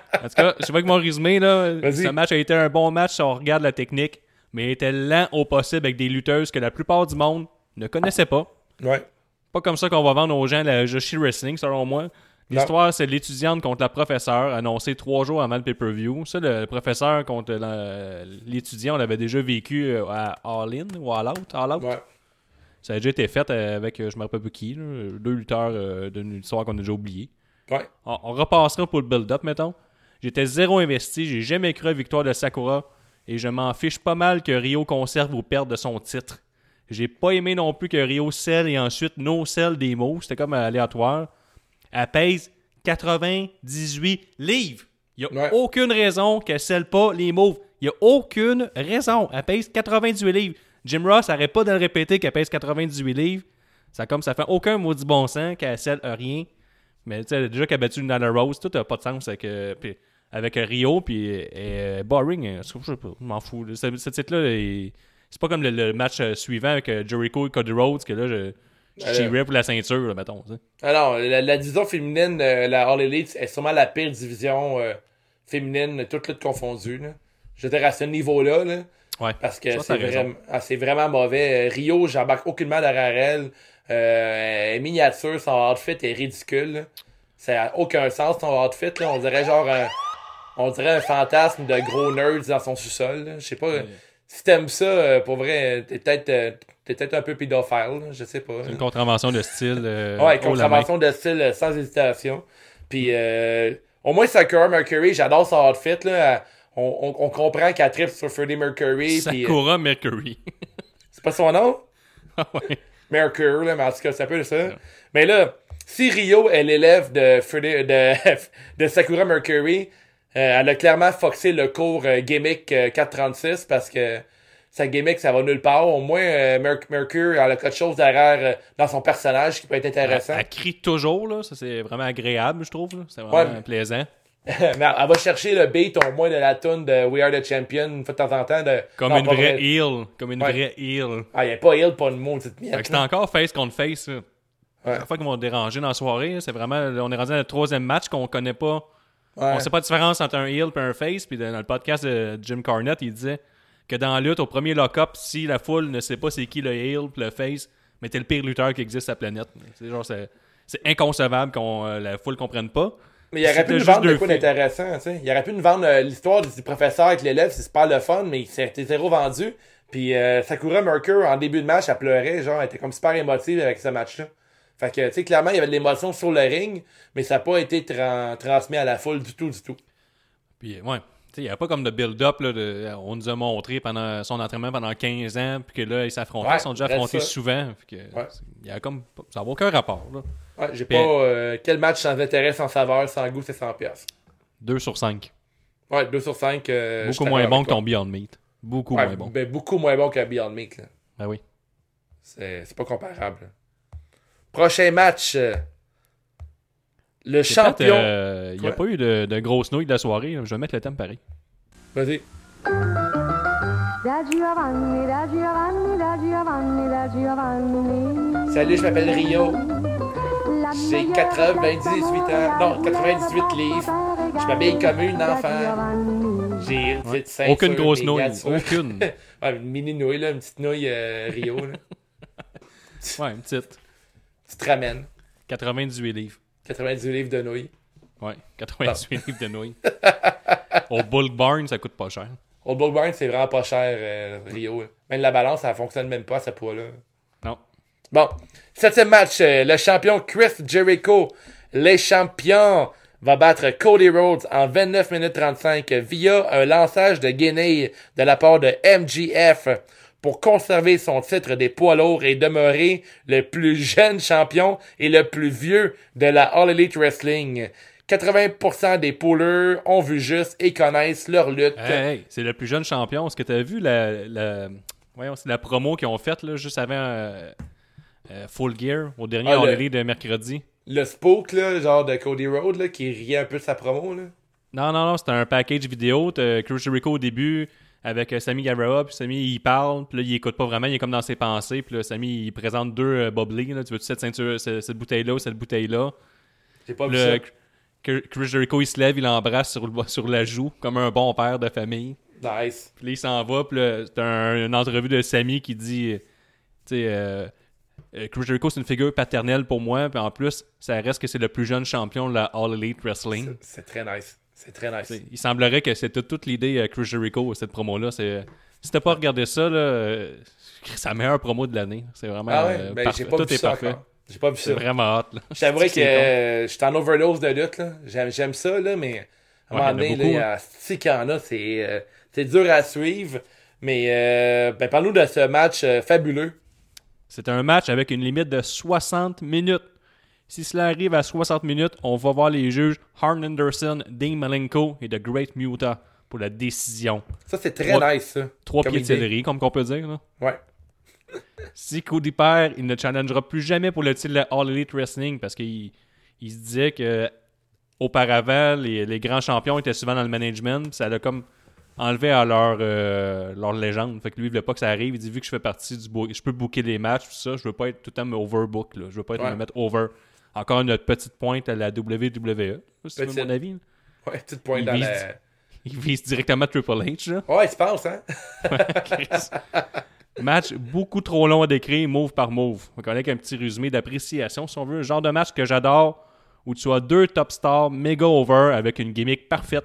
En tout cas, je sais pas que mon résumé, là, Vas-y. ce match a été un bon match si on regarde la technique, mais il était lent au possible avec des lutteuses que la plupart du monde ne connaissait pas. Ouais. Pas comme ça qu'on va vendre aux gens la Joshi Wrestling, selon moi. L'histoire, c'est l'étudiante contre la professeure, annoncée trois jours avant le pay-per-view. Ça, le professeur contre la- l'étudiant, on l'avait déjà vécu à All In ou All Out. All Out. Ouais. Ça a déjà été fait avec, je me rappelle pas qui, là, deux lutteurs euh, d'une histoire qu'on a déjà oubliée. Ouais. On, on repassera pour le build-up, mettons. J'étais zéro investi, j'ai jamais cru à la victoire de Sakura et je m'en fiche pas mal que Rio conserve ou perde de son titre. J'ai pas aimé non plus que Rio selle et ensuite no sell des mots. C'était comme aléatoire. Elle pèse quatre-vingt-dix-huit livres. Il n'y a Ouais. aucune raison qu'elle scelle pas les moves. Il n'y a aucune raison. Elle pèse quatre-vingt-dix-huit livres. Jim Ross n'arrête pas de le répéter qu'elle pèse quatre-vingt-dix-huit livres. Ça comme ça fait aucun maudit bon sens qu'elle scelle rien. Mais tu sais, déjà qu'elle a battu Nyla Rose, tout n'a pas de sens avec, euh, puis, avec Rio, puis euh, boring. euh, Je sais pas, je m'en fous. Ce, ce titre-là, il- c'est pas comme le, le match euh, suivant avec euh, Jericho et Cody Rhodes, que là, je, je Euh, cheerais pour la ceinture, là, mettons. Tu sais. Alors, la, la division féminine, euh, la All Elite, est sûrement la pire division euh, féminine, toutes luttes confondues. Là. Je veux dire, à ce niveau-là, là, Ouais. parce que Ça, c'est, t'as raison. vraiment, ah, c'est vraiment mauvais. Euh, Rio, j'embarque aucunement derrière elle. Euh, elle est miniature, son outfit est ridicule. Là. Ça n'a aucun sens, son outfit. Là. On dirait genre un, on dirait un fantasme de gros nerds dans son sous-sol. Là. Je sais pas. Ouais. Si t'aimes ça, euh, pour vrai, t'es peut-être, euh, t'es peut-être un peu pédophile. Là. Je sais pas. C'est une contravention de style. Euh, Ouais, haut la main. contravention de style euh, sans hésitation. Puis euh, au moins Sakura Mercury, j'adore son outfit. Là. Elle- On, on, on comprend qu'elle tripe sur Freddie Mercury. puis, euh, Sakura Mercury. c'est pas son nom? Ah ouais. Mercury, là, mais en tout cas, ça peut ça. Mais là, si Rio est l'élève de, Freddie, de, de Sakura Mercury, euh, elle a clairement foxé le cours euh, gimmick euh, quatre trente-six parce que sa gimmick, ça va nulle part. Au moins, euh, Mer- Mercury, elle a quelque chose derrière euh, dans son personnage qui peut être Elle, intéressant. elle crie toujours, là. Ça, c'est vraiment agréable, je trouve. Là. C'est vraiment Ouais. plaisant. Mais elle va chercher le beat au moins de la tune de We Are the Champion une fois de temps en temps. De... Comme Non, une pas vraie vrai. heel. Comme une Ouais. vraie heel. Ah, il n'y a pas il, pas une maudite Fait que miette. c'est encore face contre face. Là. Ouais. La fois qu'ils vont déranger dans la soirée, là, c'est vraiment. Là, on est rendu dans le troisième match qu'on connaît pas. Ouais. On sait pas la différence entre un heel et un face. Puis dans le podcast de Jim Cornette, il disait que dans la lutte, au premier lock-up, si la foule ne sait pas c'est qui le heel et le face, mais t'es le pire lutteur qui existe sur la planète. C'est genre, c'est, c'est inconcevable qu'on euh, la foule comprenne pas. Mais il aurait pu C'était nous juste vendre de deux quoi filles. d'intéressant, tu sais. Il aurait pu nous vendre euh, l'histoire du professeur avec l'élève, c'est super le fun, mais c'était zéro vendu. Puis euh, Sakura Mercury, en début de match, elle pleurait, genre, elle était comme super émotive avec ce match-là. Fait que, tu sais, clairement, il y avait de l'émotion sur le ring, mais ça n'a pas été tran- transmis à la foule du tout, du tout. Puis, ouais. Il n'y a pas comme de build-up. Là, de, on nous a montré pendant son entraînement pendant quinze ans, puis que là, ils s'affrontaient. Ouais, ils sont déjà reste affrontés ça. souvent. Puis que, Ouais. il y a comme, ça n'a aucun rapport. Là. Ouais, j'ai Puis- pas... euh, quel match sans intérêt, sans saveur, sans goût, c'est cent piastres. deux sur cinq. Ouais, deux sur cinq. Euh, je suis Beaucoup moins d'accord bon avec que ton Beyond Meat. Beaucoup toi. moins Ouais, bon. ben, beaucoup moins bon que Beyond Meat, là. Ben oui. C'est, c'est pas comparable. là. Prochain match. euh, le C'est champion... plate, euh, Il n'y a Quoi? pas eu de, de grosses nouilles de la soirée. là. Je vais mettre le thème pareil. Vas-y. Da Giovanni, da Giovanni, da Giovanni, da Giovanni. Salut, je m'appelle Rio. La J'ai meilleure quatre-vingt-dix-huit ans. Non, quatre-vingt-dix-huit livres. Je m'habille comme une Da enfant. Giovanni. J'ai une petite ceinture. Aucune grosse des nouille. gassures. Aucune. Ouais, une mini nouille, là, une petite nouille euh, Rio. Là. Ouais, une petite. Tu te ramènes. quatre-vingt-dix-huit livres. quatre-vingt-dix livres de nouilles. Ouais, quatre-vingt-dix-huit livres de nouilles. Au Bulk Barn, ça coûte pas cher. Old Bull Barn, c'est vraiment pas cher, euh, Rio. là. Même la balance, ça fonctionne même pas à ce poids-là. Non. Bon, septième match, euh, le champion Chris Jericho, les champions, va battre Cody Rhodes en vingt-neuf minutes trente-cinq via un lançage de guenilles de la part de M J F pour conserver son titre des poids lourds et demeurer le plus jeune champion et le plus vieux de la All Elite Wrestling. quatre-vingts pour cent des poolers ont vu juste et connaissent leur lutte. Hey, hey, c'est le plus jeune champion. Est-ce que tu as vu la, la, voyons, c'est la promo qu'ils ont faite là, juste avant euh, euh, Full Gear, au dernier Ah, All le- Elite de mercredi? Le spook, là, genre de Cody Rhodes, là, qui riait un peu de sa promo, là. Non, non, non, c'était un package vidéo. T'as Chris Jericho au début avec euh, Sammy Guevara, puis Sammy il parle, puis là il écoute pas vraiment, il est comme dans ses pensées, puis là Sammy il présente deux euh, bubbly, là, tu veux-tu cette ceinture, cette, cette bouteille-là ou cette bouteille-là? J'ai pas vu Le, ça. Chris Jericho, il se lève, il l'embrasse sur, le, sur la joue, comme un bon père de famille. Nice. Puis là, il s'en va, puis là, c'est un, une entrevue de Sami qui dit, tu sais, euh, Chris Jericho, c'est une figure paternelle pour moi, puis en plus, ça reste que c'est le plus jeune champion de la All Elite Wrestling. C'est, c'est très nice. C'est très nice. T'sais, il semblerait que c'était toute l'idée euh, Chris Jericho, cette promo-là. C'est, si t'as pas regardé ça, là, euh, c'est la meilleure promo de l'année. C'est vraiment Ah ouais? euh, Ben, parfait. j'ai pas Tout vu est ça parfait. encore. J'ai pas vu C'est ça. vraiment hot. Là. Je t'avouerais que C'est euh, j'étais en overdose de lutte. Là. J'aime, j'aime ça, là, mais à un Ouais, moment il y en a donné, beaucoup, il y a six qu'il y en a, c'est, euh, c'est dur à suivre. Mais euh, ben, parle-nous de ce match euh, fabuleux. C'est un match avec une limite de soixante minutes. Si cela arrive à soixante minutes, on va voir les juges Arn Anderson, Dean Malenko et The Great Muta pour la décision. Ça, c'est très Trois- nice, ça. Trois Comme pieds de idée. céleri, comme qu'on peut dire. Là. Ouais. Si Cody perd, il ne challengera plus jamais pour le titre de All Elite Wrestling parce qu'il il se disait que auparavant, les, les grands champions étaient souvent dans le management. Puis ça l'a comme enlevé à leur, euh, leur légende. Fait que lui, il voulait pas que ça arrive. Il dit, vu que je fais partie du book, je peux booker des matchs, tout ça, je veux pas être tout le temps me overbook. Là. Je veux pas être Ouais. me mettre over. Encore une petite pointe à la W W E. C'est Petite. mon avis. Là. Ouais, petite pointe Il dans vise- la... Il vise directement Triple H. Là. Ouais, tu penses, hein? Match beaucoup trop long à décrire, move par move. On connaît qu'un petit résumé d'appréciation, si on veut. Un genre de match que j'adore, où tu as deux top stars méga over avec une gimmick parfaite.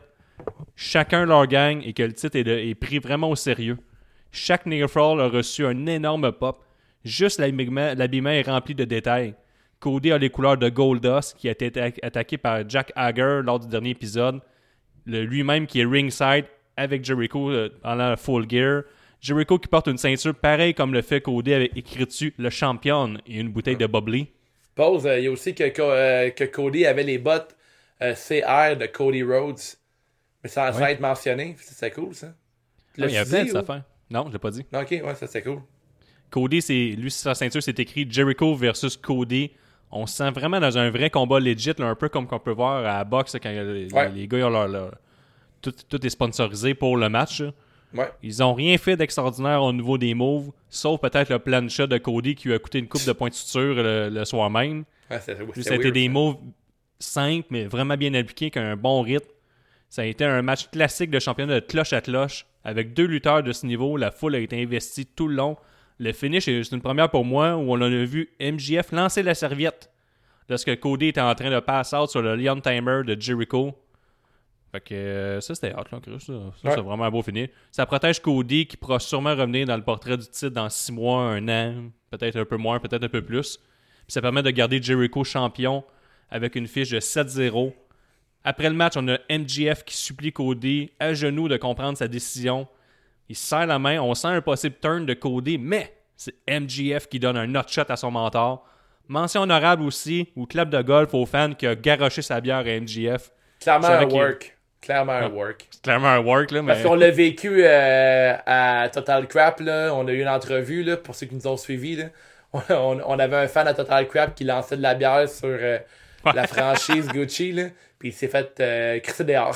Chacun leur gang et que le titre est, de- est pris vraiment au sérieux. Chaque Near Fall a reçu un énorme pop. Juste l'habillement, l'habillement est rempli de détails. Cody a les couleurs de Goldust, qui a été atta- attaqué par Jack Hager lors du dernier épisode. Le, lui-même qui est ringside avec Jericho euh, en la full gear. Jericho qui porte une ceinture pareille comme le fait Cody avec écrit dessus le champion et une bouteille de bubbly. Pause, euh, il y a aussi que, que, euh, que Cody avait les bottes euh, C R de Cody Rhodes. Mais sans, sans Ouais. être mentionné. Ça, c'est cool, ça. Tu Ah, il y a l'as-tu plein de dit, cette ou? affaire. Non, je l'ai pas dit. Ok, ouais, ça, c'est cool. Cody, c'est lui, sur sa ceinture, c'est écrit Jericho versus Cody. On se sent vraiment dans un vrai combat legit, là, un peu comme qu'on peut voir à la boxe, là, quand les, Ouais. les gars ils ont leur, leur- tout, tout est sponsorisé pour le match. Là. Ouais. Ils ont rien fait d'extraordinaire au niveau des moves, sauf peut-être le plancha de Cody qui lui a coûté une coupe de points de suture le, le soir même. Ouais, c'est, Puis c'est ça a été weird, des ça. moves simples, mais vraiment bien appliqués, avec un bon rythme. Ça a été un match classique de championnat de cloche à cloche. Avec deux lutteurs de ce niveau, la foule a été investie tout le long. Le finish, c'est une première pour moi, où on a vu M J F lancer la serviette lorsque Cody était en train de pass out sur le Leon Timer de Jericho. Fait que euh, ça, c'était hot, là, Chris. Ça, ça Ouais. c'est vraiment un beau finish. Ça protège Cody, qui pourra sûrement revenir dans le portrait du titre dans six mois, un an, peut-être un peu moins, peut-être un peu plus. Puis ça permet de garder Jericho champion avec une fiche de sept zéro. Après le match, on a M J F qui supplie Cody à genoux de comprendre sa décision. Il se serre la main. On sent un possible turn de Cody, mais c'est M J F qui donne un nut shot à son mentor. Mention honorable aussi, ou clap de golf aux fans qui a garoché sa bière à M J F. Clairement Je savais un qu'il- work. Clairement un work. C'est clairement un work, là, mais... Parce qu'on l'a vécu euh, à Total Crap, là. On a eu une entrevue, là, pour ceux qui nous ont suivis, là. On, on avait un fan à Total Crap qui lançait de la bière sur euh, la franchise Gucci, là. Puis il s'est fait euh, crisser dehors.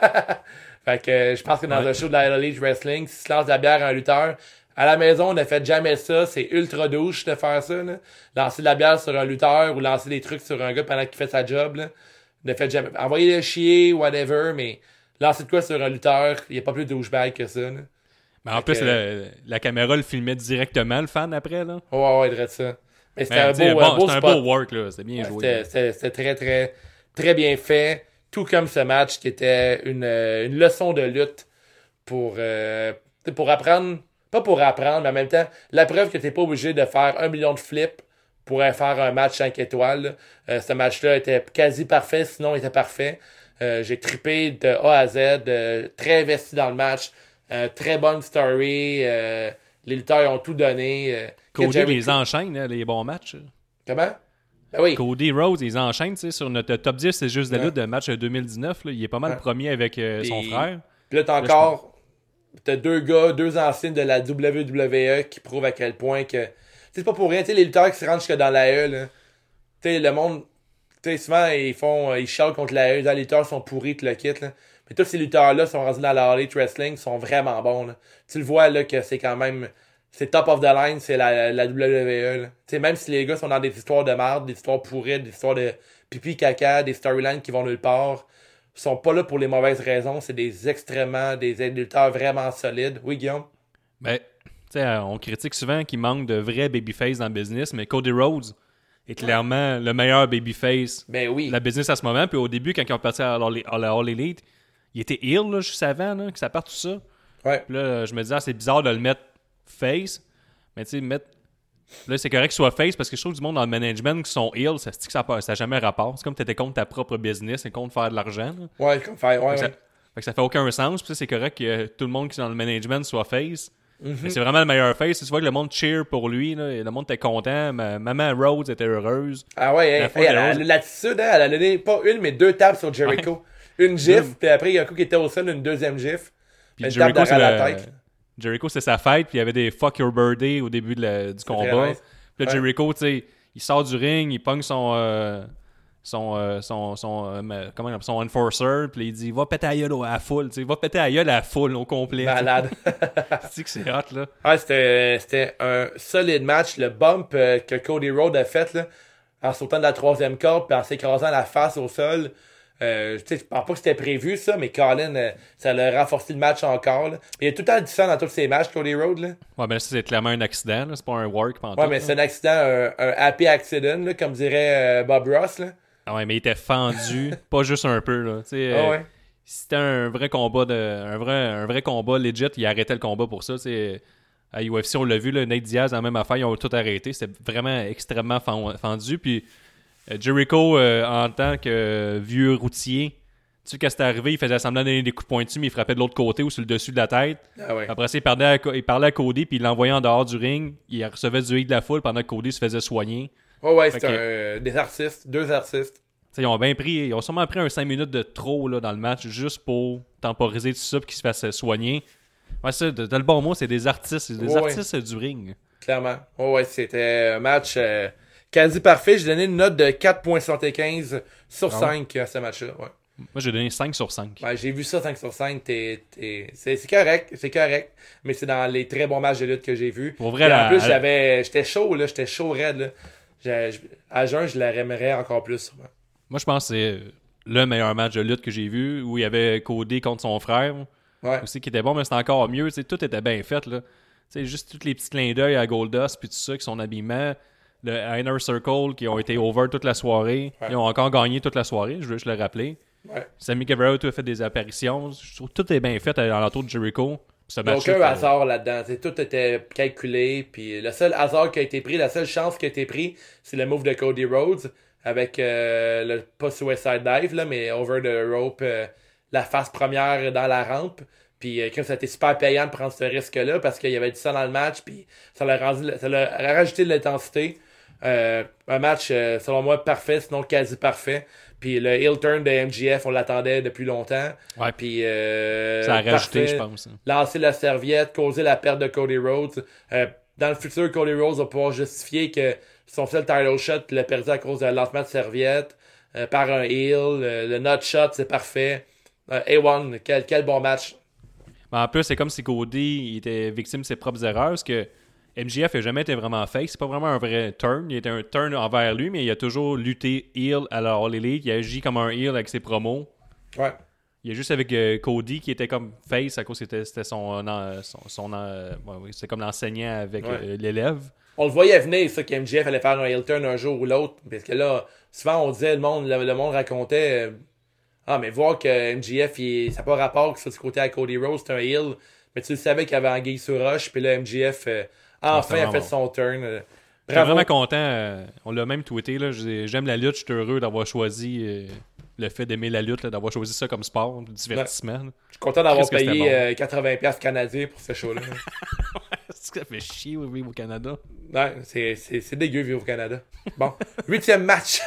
Fait que euh, je pense que dans Ouais. un show de la All Elite Wrestling, si tu lances de la bière à un lutteur, à la maison, on a fait jamais ça. C'est ultra douche de faire ça, là. Lancer de la bière sur un lutteur ou lancer des trucs sur un gars pendant qu'il fait sa job, là. Ne faites jamais. Envoyez-le chier, whatever, mais lancer de quoi sur un lutteur, il n'y a pas plus de douchebag que ça, là. mais en Fait plus, que- le- la caméra le filmait directement, le fan, après, là. Ouais, ouais, il dirait ça. Mais c'était Mais, un tu sais, beau, bon, un beau c'était un spot. beau work, là. C'était bien Ouais, joué. C'était, c'était, c'était très, très, très bien fait. Tout comme ce match qui était une, euh, une leçon de lutte pour, euh, pour apprendre, pas pour apprendre, mais en même temps, la preuve que t'es pas obligé de faire un million de flips pour euh, faire un match cinq étoiles. là. Euh, ce match-là était quasi parfait, sinon il était parfait. Euh, j'ai trippé de A à Z, euh, très investi dans le match, euh, très bonne story. euh, les lutteurs ont tout donné. euh, Cody Jericho- les enchaîne, là, les bons matchs. Comment? Ben oui. Cody Rhodes, ils enchaînent, tu sais, sur notre top dix, c'est juste de la Ouais. lutte de match deux mille dix-neuf. Là. Il est pas mal Ouais. premier avec euh, son Puis- frère. Puis là, t'as Là, je encore. T'as deux gars, deux anciens de la W W E qui prouvent à quel point que. Tu sais, c'est pas pour rien, tu sais, les lutteurs qui se rendent jusque dans la E, là. Tu sais, le monde. Tu sais, souvent, ils font. Ils chialent contre la E, les lutteurs sont pourris, tu le quittes, là. Mais tous ces lutteurs-là sont rendus dans la All Elite Wrestling, sont vraiment bons, là. Tu le vois, là, que c'est quand même. C'est top of the line, c'est la, la W W E, là. Tu sais, même si les gars sont dans des histoires de merde, des histoires pourries, des histoires de pipi caca, des storylines qui vont nulle part. Ils sont pas là pour les mauvaises raisons. C'est des extrêmement, des lutteurs vraiment solides. Oui, Guillaume? Ben, tu sais, on critique souvent qu'il manque de vrais babyface dans le business, mais Cody Rhodes est clairement le meilleur babyface Ben oui. de la business à ce moment. Puis au début, quand ils ont parti à la All, All Elite, il était heel, là, juste avant, là, que ça parte tout ça. Ouais. Puis là, je me disais, ah, c'est bizarre de le mettre face. Mais tu sais, mettre. Là, c'est correct qu'il soit face parce que je trouve du monde dans le management qui sont heel, ça se dit que ça n'a jamais rapport. C'est comme tu étais contre ta propre business et contre faire de l'argent. Là. Ouais, comme faire. Ouais, Fait, ouais. que ça, fait que ça fait aucun sens. Puis ça, c'est correct que tout le monde qui est dans le management soit face. Mm-hmm. Mais c'est vraiment le meilleur face. Tu vois que le monde cheer pour lui. Là, et le monde était content. Ma, maman Rhodes était heureuse. Ah ouais, hey, hey, elle a l'attitude, hein, elle a donné pas une, mais deux tapes sur Jericho. Ouais. Une gifle, puis après, il y a un coup qui était au sol, une deuxième gifle. Puis une Jericho, tape c'est derrière le... la tête. Jericho, c'est sa fête, puis il y avait des fuck your birthday au début de la, du combat. Nice. Puis là, ouais. Jericho, tu sais, il sort du ring, il pogne son. Euh, son, euh, son, son, euh, comment on appelle, son enforcer, puis il dit va péter à gueule à la foule, tu sais, va péter à gueule à la foule au complet. Malade. Tu sais que c'est hot, là. Ah, c'était, c'était un solide match. Le bump euh, que Cody Rhodes a fait, là, en sautant de la troisième corde, puis en s'écrasant la face au sol. Euh, tu sais, je pense pas que c'était prévu, ça, mais Colin, euh, ça l'a renforcé le match encore. Là. Il est tout le temps différent dans tous ses matchs, Cody Rhodes. Là. Ouais, mais là, ça, c'est clairement un accident, là. C'est pas un work pendant Ouais, tout, mais là. c'est un accident, un, un happy accident, là, comme dirait euh, Bob Ross. Là. Ah ouais, mais il était fendu, pas juste un peu, là. Tu sais, Ah euh, ouais. si c'était un vrai combat, de, un, vrai, un vrai combat legit, il arrêtait le combat pour ça, tu sais. À U F C, on l'a vu, là, Nate Diaz, la même affaire, ils ont tout arrêté. C'était vraiment extrêmement fendu. Puis euh, Jericho, euh, en tant que euh, vieux routier, tu sais, quand c'était arrivé, il faisait semblant de donner des coups de pointu, mais il frappait de l'autre côté ou sur le dessus de la tête. Ah ouais. Après ça, il parlait, à, il parlait à Cody, puis il l'envoyait en dehors du ring. Il recevait du hit de la foule pendant que Cody se faisait soigner. Ouais, ouais, Fait c'est que- un, euh, des artistes, deux artistes. T'sais, ils ont bien pris, ils ont sûrement pris un cinq minutes de trop là, dans le match juste pour temporiser tout ça et qu'ils se fassent soigner. Ouais, ça, de- dans le bon mot, c'est des artistes, c'est des Ouais, artistes du ring. Clairement. Ouais, ouais, c'était un match euh, quasi parfait. J'ai donné une note de quatre virgule soixante-quinze sur Ah cinq à ce match-là. Ouais. Moi, j'ai donné cinq sur cinq. Ouais, j'ai vu ça cinq sur cinq. T'es, t'es... C'est, c'est correct, c'est correct. Mais c'est dans les très bons matchs de lutte que j'ai vus. Pour vrai, Et la- en plus, la- j'avais, j'étais chaud, là. J'étais chaud raide, là. J'ai- j'- À jeun, je la aimerais encore plus. Sûrement. Moi, je pense que c'est le meilleur match de lutte que j'ai vu où il y avait Cody contre son frère Ouais. aussi qui était bon, mais c'était encore mieux. T'sais, tout était bien fait. Là. T'sais, juste tous les petits clins d'œil à Goldust puis tout ça, qui son habillement. Le Inner Circle qui ont été over toute la soirée. Ouais. Ils ont encore gagné toute la soirée, je veux juste le rappeler. Ouais. Sammy Guevara a fait des apparitions. Je trouve que tout est bien fait à l'entour de Jericho. Ce Il n'y a match-là, aucun euh, hasard là-dedans. T'sais, tout était calculé. Puis le seul hasard qui a été pris, la seule chance qui a été pris, c'est le move de Cody Rhodes avec euh, le pas suicide dive, là, mais over the rope, euh, la face première dans la rampe. Puis euh, ça a été super payant de prendre ce risque-là parce qu'il y avait du sang dans le match. Puis ça l'a rendu, ça l'a rajouté de l'intensité. Euh, un match, euh, selon moi, parfait, sinon quasi parfait. Puis le heel turn de M J F, on l'attendait depuis longtemps. Ouais. Puis euh, ça a rajouté, parfait. je pense. hein. Lancer la serviette, causer la perte de Cody Rhodes. Euh, dans le futur, Cody Rhodes va pouvoir justifier que son seul title shot, il l'a perdu à cause d'un lancement de serviette euh, par un heel. Euh, le nut shot, c'est parfait. Euh, A un, quel, quel bon match. Mais en plus, c'est comme si Cody il était victime de ses propres erreurs, parce que M J F n'a jamais été vraiment fake. C'est pas vraiment un vrai turn. Il était un turn envers lui, mais il a toujours lutté heel à la All Elite. Il a agi comme un heel avec ses promos. Ouais. Il y a juste avec euh, Cody qui était comme face à cause que c'était, c'était son, euh, son, son euh, ouais, ouais, c'était comme l'enseignant avec Ouais. euh, l'élève. On le voyait venir, ça, qu'M J F allait faire un heel turn un jour ou l'autre. Parce que là, souvent, on disait, le monde, le, le monde racontait, euh, ah, mais voir que M J F, il, ça n'a pas rapport que ça du côté à Cody Rhodes, c'est un heel. Mais tu le savais qu'il y avait Anguille sur roche, puis là, M J F, euh, enfin, Ah, a fait bon. son turn. Euh, Je suis bravo. vraiment content. euh, on l'a même tweeté. Là, je dis, j'aime la lutte. Je suis heureux d'avoir choisi euh, le fait d'aimer la lutte, là, d'avoir choisi ça comme sport, du divertissement. là. Je suis content d'avoir Qu'est-ce que c'était payé bon. euh, quatre-vingts dollars canadiens pour ce show-là. Est-ce que ça fait chier de vivre au Canada? Ouais, c'est, c'est, c'est dégueu vivre au Canada. Bon, huitième match.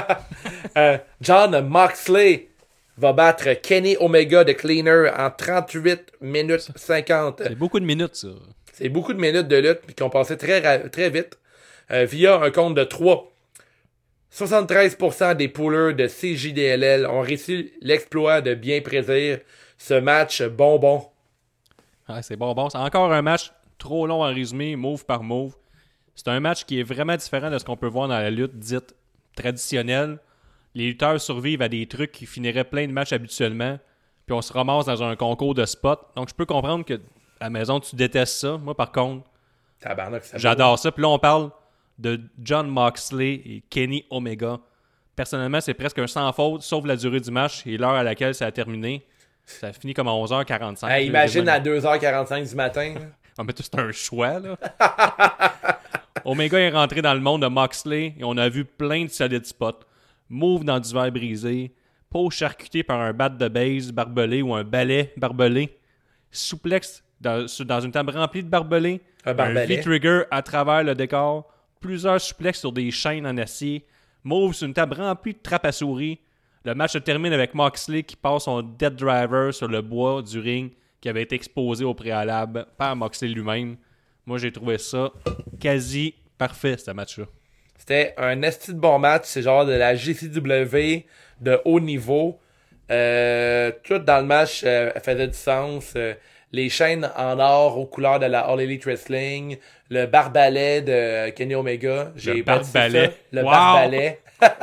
Euh, John Moxley va battre Kenny Omega de Cleaner en trente-huit minutes cinquante. C'est beaucoup de minutes, ça. C'est beaucoup de minutes de lutte qui ont passé très, ra- très vite euh, via un compte de trois. soixante-treize pour cent des poolers de C J D L L ont réussi l'exploit de bien prédire ce match bonbon. Ouais, c'est bon, bon. C'est encore un match trop long à résumer, move par move. C'est un match qui est vraiment différent de ce qu'on peut voir dans la lutte dite traditionnelle. les lutteurs survivent à des trucs qui finiraient plein de matchs habituellement, puis on se ramasse dans un concours de spots. Donc, je peux comprendre que à la maison, tu détestes ça. Moi, par contre, Tabarnak, ça j'adore ça. Puis là, on parle de Jon Moxley et Kenny Omega. Personnellement, c'est presque un sans faute, sauf la durée du match et l'heure à laquelle ça a terminé. Ça finit comme à onze heures quarante-cinq. Hey, imagine à deux heures quarante-cinq du matin. Ah, mais tout, c'est un choix, là. Omega est rentré dans le monde de Moxley et on a vu plein de solides spots. Move dans du verre brisé, peau charcutée par un bat de base barbelé ou un balai barbelé, souplex dans, dans une table remplie de barbelés, Un un barbalet. V-trigger à travers le décor, plusieurs suplexes sur des chaînes en acier, Move sur une table remplie de trappes à souris. Le match se termine avec Moxley qui passe son dead driver sur le bois du ring qui avait été exposé au préalable par Moxley lui-même. Moi, j'ai trouvé ça quasi parfait, ce match-là. C'était un esti de bon match. C'est genre de la G C W de haut niveau. Euh, tout dans le match euh, faisait du sens. Euh, les chaînes en or aux couleurs de la All Elite Wrestling. Le barbalet de Kenny Omega. J'ai baptisé barbalet. ça. Le Wow. barbalet.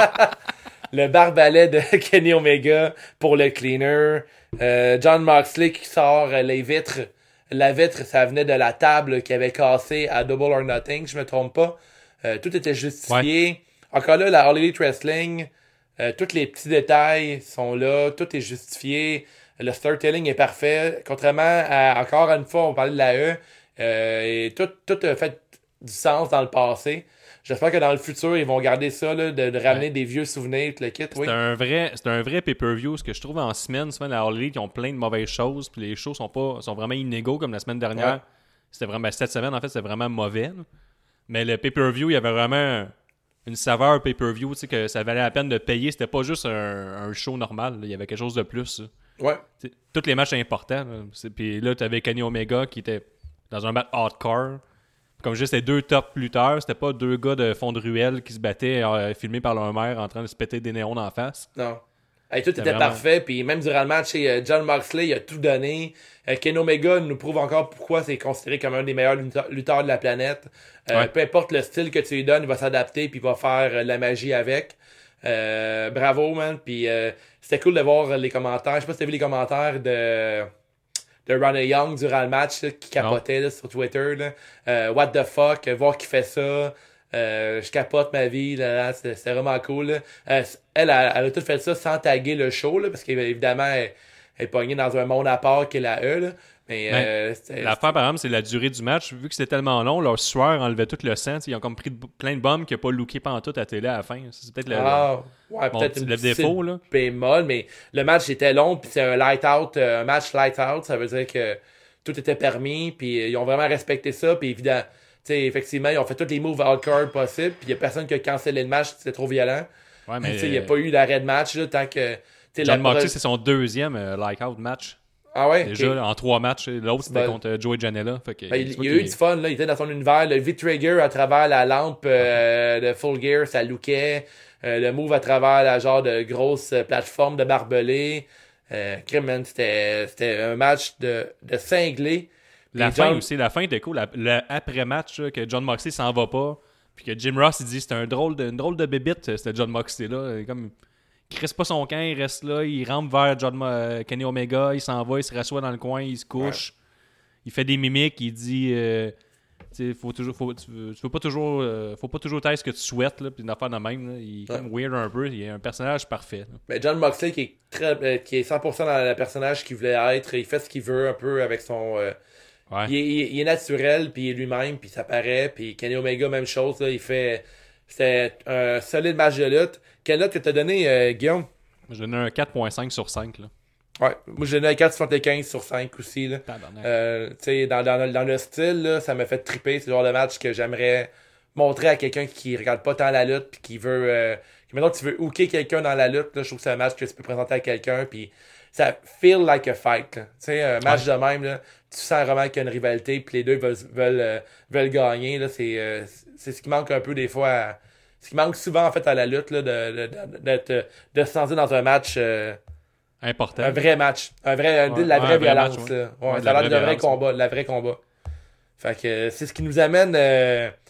Le barbalet de Kenny Omega pour le cleaner. Euh, Jon Moxley qui sort euh, les vitres. La vitre, ça venait de la table qui avait cassé à Double or Nothing, je me trompe pas. Euh, tout était justifié. Ouais. Encore là, la All Elite Wrestling, euh, tous les petits détails sont là, tout est justifié. Le storytelling est parfait. Contrairement à, encore une fois, on parlait de la E, euh, et tout, tout a fait du sens dans le passé. J'espère que dans le futur, ils vont garder ça, là, de, de ramener ouais. des vieux souvenirs, tout le kit. C'est oui. un vrai, c'est un vrai pay-per-view. Ce que je trouve en semaine, souvent, la All Elite, ils ont plein de mauvaises choses, puis les shows sont pas, sont vraiment inégaux, comme la semaine dernière. Ouais. C'était vraiment, cette semaine, en fait, c'était vraiment mauvais. Là. Mais le pay-per-view, il y avait vraiment une saveur pay-per-view, tu sais, que ça valait la peine de payer. C'était pas juste un, un show normal, là. Il y avait quelque chose de plus. Là. Ouais. T'sais, tous les matchs importants. Puis là, tu avais Kenny Omega qui était dans un match hardcore. Comme juste les deux top lutteurs, c'était pas deux gars de fond de ruelle qui se battaient euh, filmés par leur mère en train de se péter des néons en face. Non. Hey, tout était vraiment... parfait, puis même durant le match, euh, Jon Moxley il a tout donné. Euh, Kenny Omega nous prouve encore pourquoi c'est considéré comme un des meilleurs lutteurs de la planète. Euh, ouais. Peu importe le style que tu lui donnes, il va s'adapter puis il va faire euh, la magie avec. Euh, bravo, man. Puis euh, c'était cool de voir les commentaires. Je sais pas si t'as vu les commentaires de... de Ronnie Young durant le match là, qui capotait là, sur Twitter. Là. Euh, what the fuck, voir qu'il fait ça. Euh, je capote ma vie. Là, là, c'était, c'était vraiment cool. Là. Euh, elle, elle, elle a tout fait ça sans taguer le show. Là, parce qu'évidemment, elle, elle est pognée dans un monde à part qu'est la E. Là. Mais, ben, euh, c'était, l'affaire, par exemple, c'est la durée du match. Vu que c'était tellement long, leur sueur enlevait tout le sang. Ils ont comme pris de, plein de bombes qui n'ont pas looké pantoute à la télé à la fin. C'est peut-être le, ah, ouais, bon, peut-être le défaut. Là. Bémol, mais le match était long. Puis c'est un light out, un match light out. Ça veut dire que tout était permis. Puis ils ont vraiment respecté ça. Puis évidemment, t'sais, effectivement, ils ont fait tous les moves hardcore possibles. Puis il n'y a personne qui a cancellé le match. C'était trop violent. Ouais, mais il n'y a pas eu d'arrêt de match là, tant que. Jon Moxley, c'est son deuxième euh, like out match. Ah ouais? Déjà, okay. en trois matchs. L'autre, c'était ben, contre Joey Janela. Fait que, ben, il, il y a eu du fun. Là. Il était dans son univers. Le V-Trigger à travers la lampe euh, de Full Gear, ça lookait. Euh, le move à travers la genre de grosse plateforme de barbelé. Euh, man, c'était, c'était un match de, de cinglé. La puis fin John... aussi. La fin était cool. L'après-match, là, que Jon Moxley s'en va pas. Puis que Jim Ross, il dit c'était un drôle de, une drôle de bébite, c'était Jon Moxley-là. Comme... Il crisse pas son camp, il reste là, il rampe vers John, euh, Kenny Omega, il s'en va, il se rassoit dans le coin, il se couche, ouais. Il fait des mimiques, il dit euh, faut toujours, faut, tu, tu faut pas toujours euh, faut pas toujours taire ce que tu souhaites, là, puis une affaire de même, là, il est ouais. comme weird un peu, il est un personnage parfait. Mais Jon Moxley qui est très euh, qui est cent pour cent dans le personnage qu'il voulait être, il fait ce qu'il veut un peu avec son euh, ouais. il, est, il est naturel, puis il est lui-même, puis ça paraît, puis Kenny Omega même chose, là, il fait c'était un solide match de lutte. Quelle note que t'as donné, euh, Guillaume? Je donne un quatre virgule cinq sur cinq. Là. Ouais, moi j'ai donné un quatre virgule soixante-quinze sur cinq aussi. Là. Euh, dans, dans, dans le style, là, ça m'a fait triper. C'est le genre de match que j'aimerais montrer à quelqu'un qui regarde pas tant la lutte puis qui veut... Euh, maintenant que tu veux hooker quelqu'un dans la lutte, là, je trouve que c'est un match que tu peux présenter à quelqu'un puis ça feel like a fight. Tu sais, un match ouais. de même, là, tu sens vraiment qu'il y a une rivalité puis les deux veulent, veulent, euh, veulent gagner. Là, c'est, euh, c'est ce qui manque un peu des fois... À, ce qui manque souvent en fait à la lutte, là, de, de, de, de, de se sentir dans un match euh, important. Un vrai match. Un vrai, ouais, de la vraie ouais, violence. Match, ouais. Là. Ouais, ouais, ça a l'air d'un vrai combat, de la vraie combat. Fait que c'est ce qui nous amène euh,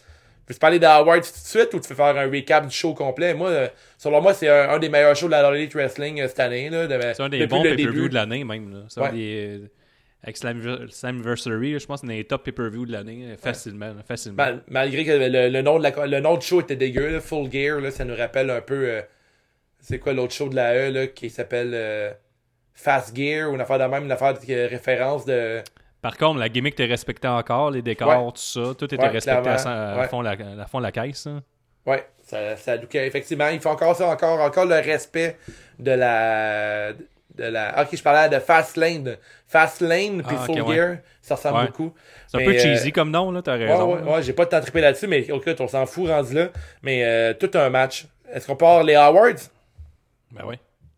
Veux-tu parler d'Awards tout de suite ou tu veux faire un recap du show complet? Moi, euh, selon moi, c'est un, un des meilleurs shows de la All Elite Wrestling euh, cette année. Là, de, C'est un des depuis bons le pay-per-view début. de l'année, même. Là. C'est Ouais. un des. euh, Avec Slam- Slammiversary, je pense que c'est un des top pay-per-view de l'année. euh, Facilement. là, facilement. Mal- malgré que le, le nom de la, le nom du show était dégueu, là, Full Gear, là, ça nous rappelle un peu. euh, c'est quoi l'autre show de la E là, qui s'appelle euh, Fast Gear ou une affaire de même, une affaire de référence de. Par contre, la gimmick était respectée encore, les décors, Ouais. tout ça. Tout était Ouais, respecté à, clairement. cent- à Ouais. fond la, à fond la caisse. hein. Ouais, ça, ça lookait- effectivement, il faut encore ça, encore, encore le respect de la. De la... Ok, je parlais de Fast Lane. Fast Lane puis Ah, ok, Full ouais. Gear, ça ressemble Ouais. beaucoup. C'est un Mais, peu euh, cheesy comme nom, là, t'as Ouais, raison. ouais, là. ouais, j'ai pas de temps trippé là-dessus, mais écoute, on s'en fout rendu là. Mais euh, tout un match. Est-ce qu'on peut avoir les awards? Ben oui.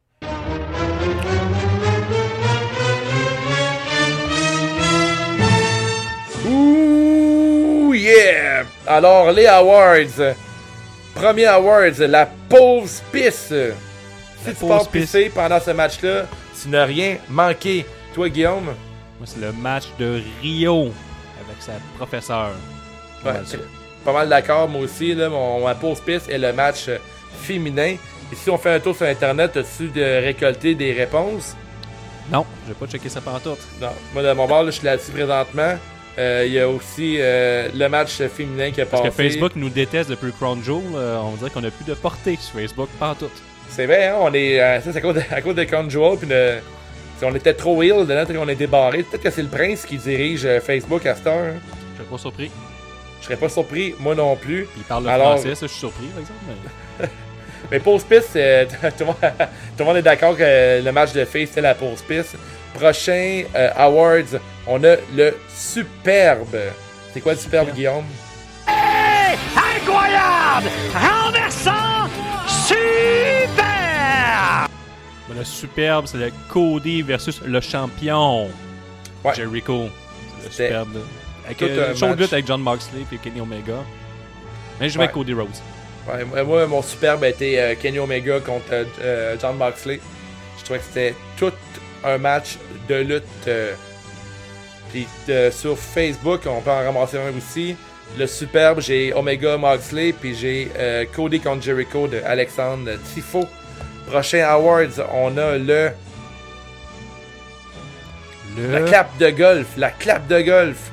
Ouh, yeah! Alors, les awards. Premier awards, la pauvre pisse. Si tu pauvre pars pisser pendant ce match-là, tu n'as rien manqué. Toi, Guillaume? Moi, c'est le match de Rio avec sa professeure. Pas Ouais, mal ça. pas mal d'accord, moi aussi. Là, mon, ma pause piste est le match euh, féminin. Et si on fait un tour sur Internet, as-tu de récolter des réponses? Non, je vais pas checker ça pantoute. Non. Moi, de mon bord, là, je suis là-dessus présentement. Euh, Il y a aussi euh, le match féminin qui a Parce passé. que Facebook nous déteste depuis Crown Jewel. euh, on dirait qu'on a plus de portée sur Facebook pantoute. C'est vrai, hein? On est, euh, ça, c'est à cause de, à cause de Conjugal. Puis de, si on était trop ill dedans, on est débarré. Peut-être que c'est le prince qui dirige euh, Facebook à cette heure. hein. Je suis pas surpris. Je serais pas surpris, moi non plus. Puis il parle le Alors- français, ça, je suis surpris, par exemple. Mais... Mais pause piste, euh, tout, le monde, tout le monde est d'accord que le match de face c'est la pause piste. Prochain euh, awards, on a le superbe. C'est quoi le superbe, Guillaume? Incroyable! Renversant! Super! Mais le superbe, c'est le Cody versus le champion. Ouais. Jericho. C'est le C'était superbe. Avec tout euh, un show de match. lutte avec John Moxley et Kenny Omega. Mais je vais Ouais. avec Cody Rhodes. Ouais, moi, moi, mon superbe a été euh, Kenny Omega contre euh, euh, John Moxley. Je trouvais que c'était tout un match de lutte. euh, Puis euh, sur Facebook, on peut en ramasser un aussi. Le superbe, j'ai Omega Moxley, puis j'ai euh, Cody contre Jericho de Alexandre Tifo. Prochain awards, on a le Le... la clap de golf, la clap de golf.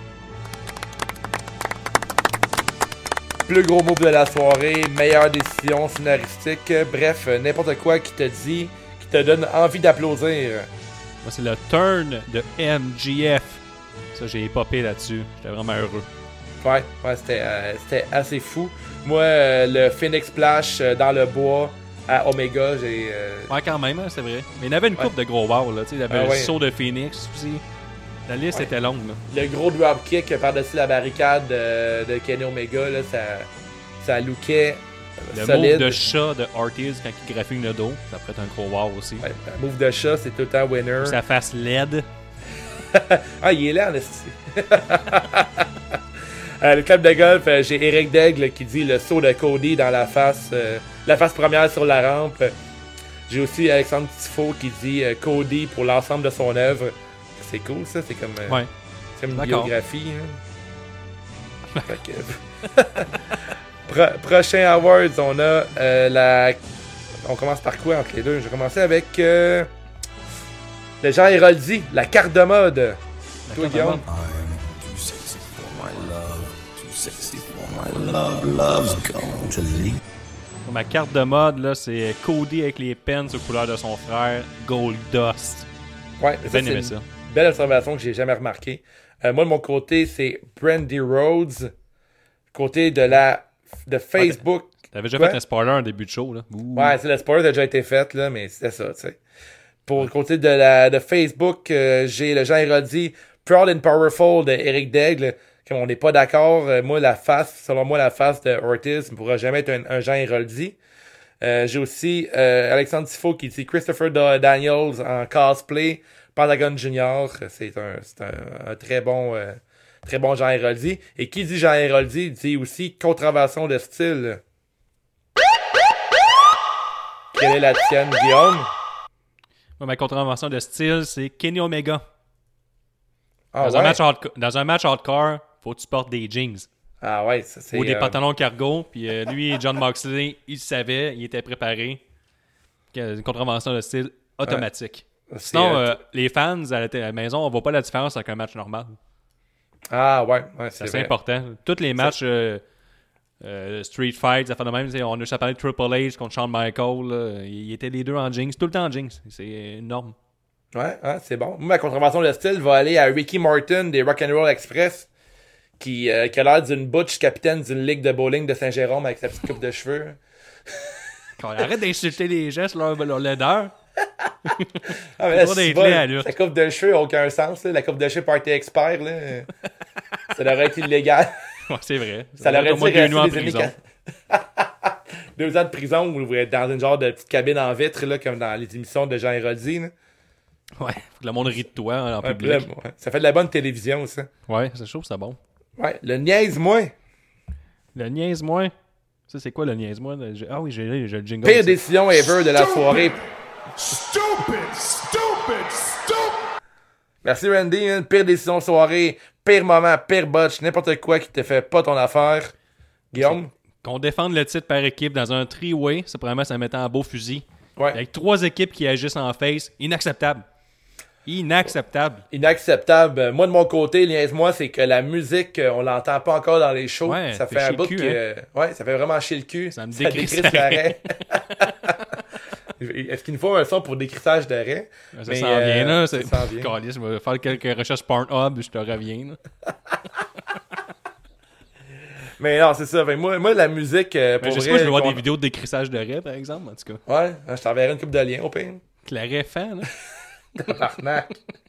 Plus gros move de la soirée, meilleure décision scénaristique, bref, n'importe quoi qui te dit, qui te donne envie d'applaudir. Moi, c'est le turn de M J F. Ça, j'ai popé là-dessus. J'étais vraiment heureux. Ouais, ouais, c'était euh, c'était assez fou. Moi, euh, le Phoenix Splash euh, dans le bois à Omega, j'ai. euh, Ouais, quand même, hein, c'est vrai. Mais il y avait une Ouais. coupe de gros wow, là. Tu sais, il y avait Ah le ouais. saut de Phoenix aussi. La liste Ouais. était longue, là. le gros dropkick par-dessus la barricade de, de Kenny Omega, là, ça, ça lookait Le solide. move de chat de Ortiz quand il graphine le dos, ça pourrait être un gros wow aussi. Ouais, un move de chat, c'est tout le temps winner. Sa face laide. Ah, il est là, en esti. Euh, le club de golf, euh, j'ai Eric Daigle qui dit le saut de Cody dans la face, euh, la face première sur la rampe. J'ai aussi Alexandre Tifo qui dit euh, Cody pour l'ensemble de son œuvre. C'est cool, ça, c'est comme, euh, Ouais. c'est comme une D'accord. biographie. hein. Fait que- Pro- prochain awards, on a euh, la. On commence par quoi entre les deux? Je vais commencer avec euh, le Jean Héroldi, la carte de mode. Toi, carte de mode. Guillaume. I'm too sexy for my love, too sexy for my love, love's gone to leave. Pour ma carte de mode, là, c'est Cody avec les pens aux couleurs de son frère, Gold Dust. Ouais, J'ai ça, bien c'est aimé une ça. belle observation que j'ai jamais remarqué. Euh, moi, de mon côté, c'est Brandy Rhodes. Côté de la de Facebook. T'avais déjà Quoi? fait un spoiler en début de show, là. Ouh. Ouais, c'est le spoiler a déjà été fait, là, mais c'était ça, tu sais. Pour le côté de la de Facebook, euh, j'ai le Jean Héroldi, Proud and Powerful de Eric Daigle. Comme on n'est pas d'accord, euh, moi, la face, selon moi, la face de Ortiz ne pourra jamais être un, un Jean Héroldi. Euh, j'ai aussi euh, Alexandre Tifo qui dit Christopher Da- Daniels en cosplay, Pentagon Junior. C'est un, c'est un, un très bon euh, très bon Jean Héroldi. Et qui dit Jean Héroldi dit aussi contravention de style. Quelle est la tienne, Guillaume? Moi, ma contravention de style, c'est Kenny Omega. Ah, Dans, ouais? un match hardco- dans un match hardcore, faut que tu portes des jeans. Ah ouais, ça c'est... Ou des euh, pantalons cargo. Puis euh, lui, John Moxley, il savait, il était préparé. Une contravention de style automatique. c'est, Sinon, euh, euh, les fans à la, t- à la maison, on voit pas la différence avec un match normal. Ah ouais, ouais c'est, C'est assez vrai. important. Tous les matchs euh, euh, Street Fight, ça fait de même. On a juste parlé de Triple H contre Shawn Michaels. Là. Ils étaient les deux en jeans. Tout le temps en jeans. C'est énorme. Ouais, ouais, c'est bon. Moi, ma contravention de style va aller à Ricky Martin des Rock'n'Roll Express, qui, euh, qui a l'air d'une butch capitaine d'une ligue de bowling de Saint-Jérôme avec sa petite coupe de cheveux. Quand arrête d'insulter les gens sur leur, leur laideur. Ah, mais là, Droit c'est d'être bon, laid à la lutte. la coupe de cheveux n'a aucun sens. Là. La coupe de cheveux Party Expert, là, ça aurait été illégal. Ouais, c'est vrai. Ça l'aurait au moins dû deux mois en rester des prison. années Deux ans de prison ou vous êtes dans une genre de petite cabine en vitre, là, comme dans les émissions de Jean Héroldi. Là. Ouais, faut que le monde rit de toi en Ouais, public. là, ouais. Ça fait de la bonne télévision, ça. Ouais, c'est chaud, c'est bon. Ouais, le niaise-moi. Le niaise-moi. Ça, c'est quoi le niaise-moi? Le- j'ai- Ah oui, j'ai j'ai le jingle. Pire ça. décision ever de la soirée. Stupid, stupid, stupid. Merci Randy, hein. Pire décision de soirée, pire moment, pire botch, n'importe quoi qui te fait pas ton affaire. Guillaume? Qu'on défende le titre par équipe dans un three-way, ça probablement ça mettait en beau fusil. Ouais. Avec trois équipes qui agissent en face, inacceptable. Inacceptable. Inacceptable. Moi, de mon côté, niaise-moi, c'est que la musique, euh, on l'entend pas encore dans les shows. Ouais, ça fait fait un chier bout le cul, que... euh, Ouais, ça fait vraiment chier le cul. Ça me ça décrisse décrisse l'arrêt. l'arrêt. Est-ce qu'il nous faut un son pour décrissage d'arrêt? Ça Mais, s'en euh, vient, là. ça C'est... s'en vient. Calisse, je vais faire quelques recherches Pornhub, je te reviens, là. Mais non, c'est ça. Fait, moi, moi, la musique, euh, pour Mais je sais vrai, pas, je vais voir qu'on- des vidéos de décrissage de raie, par exemple, en tout cas. Ouais, je t'enverrai une coupe de liens, au pire. Claret fan, là. Tabarnak.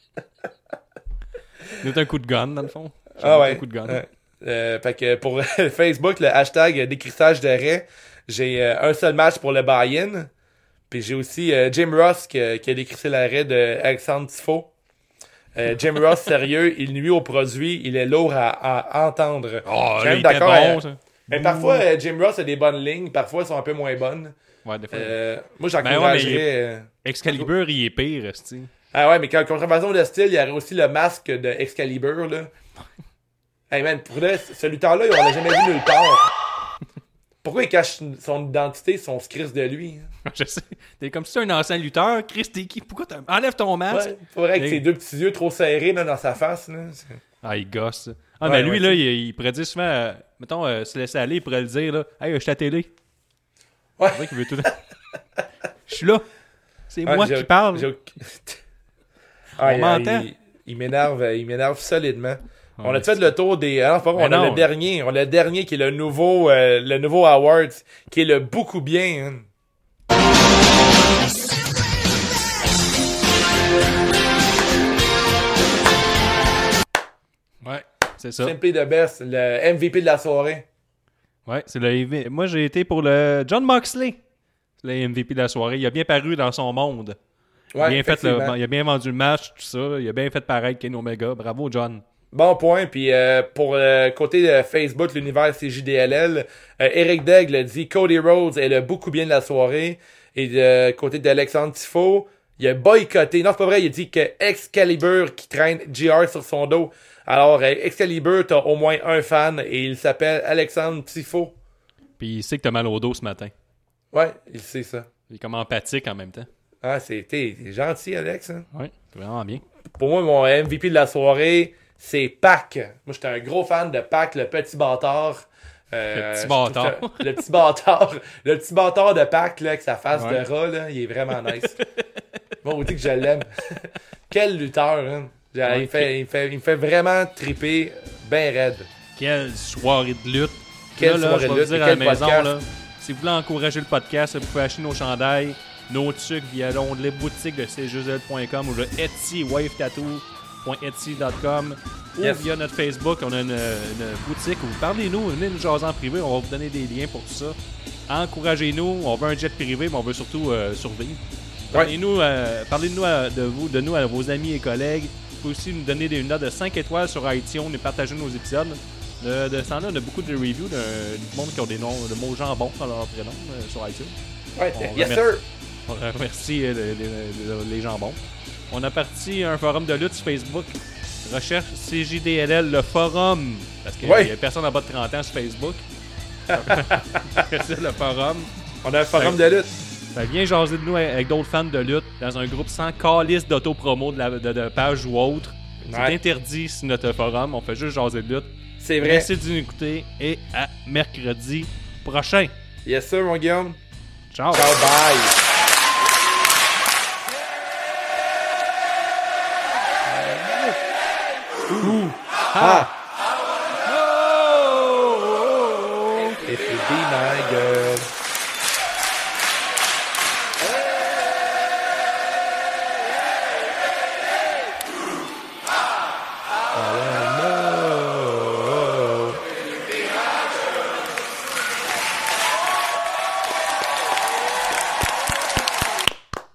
Nous un coup de gun, dans le fond. J'ai Ah un ouais. coup de gun. Ouais. Euh, fait que pour Facebook, le hashtag décrissage d'arrêt, j'ai euh, un seul match pour le buy-in. Puis j'ai aussi euh, Jim Ross qui, a- qui a décrissé l'arrêt de Alexandre Tifo. Euh, Jim Ross, sérieux, il nuit au produit, il est lourd à, à entendre. Oh, Je suis là, même il était d'accord, bon, euh, ça. Mais parfois, euh, Jim Ross a des bonnes lignes, parfois elles sont un peu moins bonnes. Ouais, des fois. Euh, moi, Ben ouais, j'encouragerais... mais il- euh, Excalibur, il est pire, c'ti. Ah ouais, mais quand contrefaçon de style, il y aurait aussi le masque de Excalibur, là. Hey man, pour vrai, ce lutteur-là, on l'a jamais vu nulle part. Pourquoi il cache son identité, son script de lui? Je sais. T'es comme si t'es un ancien lutteur. Chris, t'es qui? Pourquoi t'as... Enlève ton masque. Ouais, c'est vrai avec Mais- ses deux petits yeux trop serrés là, dans sa face. Là. C'est- Ah, il gosse. Ah, Ouais, mais lui, ouais, là, c'est- il, il pourrait dire souvent, euh, mettons, euh, se laisser aller, il pourrait le dire, là. Hey, je suis à la télé. Ouais. C'est vrai qu'il veut tout. Je suis là. C'est Ouais, moi j'ai- qui parle. j'ai- Ah, il- m'entend. Il, il m'énerve, il m'énerve solidement. On Ouais, a fait le tour des. Ah non, c'est pas vrai, Mais on a non. le dernier. On a le dernier qui est le nouveau, euh, le nouveau Awards, qui est le beaucoup bien. hein. Ouais, c'est ça. Simply the best, le M V P de la soirée. Ouais, c'est le M V P. Moi, j'ai été pour le John Moxley. Le M V P de la soirée. Il a bien paru dans son monde. Il a Ouais, bien fait le- effectivement. il a bien vendu le match, tout ça. Il a bien fait pareil Ken Omega. Bravo, John. Bon point. Puis euh, pour le côté de Facebook, l'univers C J D L L, euh, Eric Daigle dit Cody Rhodes est le beaucoup bien de la soirée. Et de côté d'Alexandre Tifo, il a boycotté. Non, c'est pas vrai. Il a dit que Excalibur qui traîne G R sur son dos. Alors, euh, Excalibur, t'as au moins un fan et il s'appelle Alexandre Tifo. Puis il sait que t'as mal au dos ce matin. Ouais, il sait ça. Il est comme empathique en même temps. Ah, c'est t'es, t'es gentil, Alex. Hein? Ouais, c'est vraiment bien. Pour moi, mon M V P de la soirée, c'est Pac. Moi, j'étais un gros fan de Pac, le petit bâtard. Euh, Le petit je trouve bâtard. que- Le petit bâtard. Le petit bâtard de Pac, là, avec sa face Ouais. de rat, là, il est vraiment nice. Moi, vous dites que je l'aime. Quel lutteur, hein. Genre, Ouais, il, me fait, il, me fait, il me fait vraiment triper ben raide. Quelle soirée de lutte. Quelle là, là, soirée je de vais lutte vous et dire à la quel maison, podcast. là, si vous voulez encourager le podcast, vous pouvez acheter nos chandails, nos trucs via l'onglet boutique de c juste point com ou le Etsy, wave tattoo point etsy point com ou Yes. via notre Facebook. On a une, une boutique où parlez-nous, venez nous jaser en privé, on va vous donner des liens pour tout ça. Encouragez-nous, on veut un jet privé, mais on veut surtout euh, survivre. Parlez-nous, euh, parlez-nous à- de vous, de nous à vos amis et collègues. Vous pouvez aussi nous donner des notes de cinq étoiles sur iTunes et partager nos épisodes. De, de ce temps-là, on a beaucoup de reviews de, du monde qui ont des noms, de mots jambon dans leur prénom euh, sur iTunes. Ouais, On yes, remercie. sir. On remercie euh, les, les- les- les jambons. On a parti un forum de lutte sur Facebook. recherche C J D L L, le forum. Parce qu'il Ouais. n'y a personne en bas de trente ans sur Facebook. C'est le forum. On a un forum de lutte. Ben, viens jaser de nous avec d'autres fans de lutte dans un groupe sans calice d'auto-promo de, la, de, de page ou autre. C'est Ouais. interdit sur notre forum. On fait juste jaser de lutte. C'est vrai. Merci de nous écouter et à mercredi prochain. Yes, sir, mon Guillaume. Ciao. Ciao, bye. Ouh. Ah. If you be my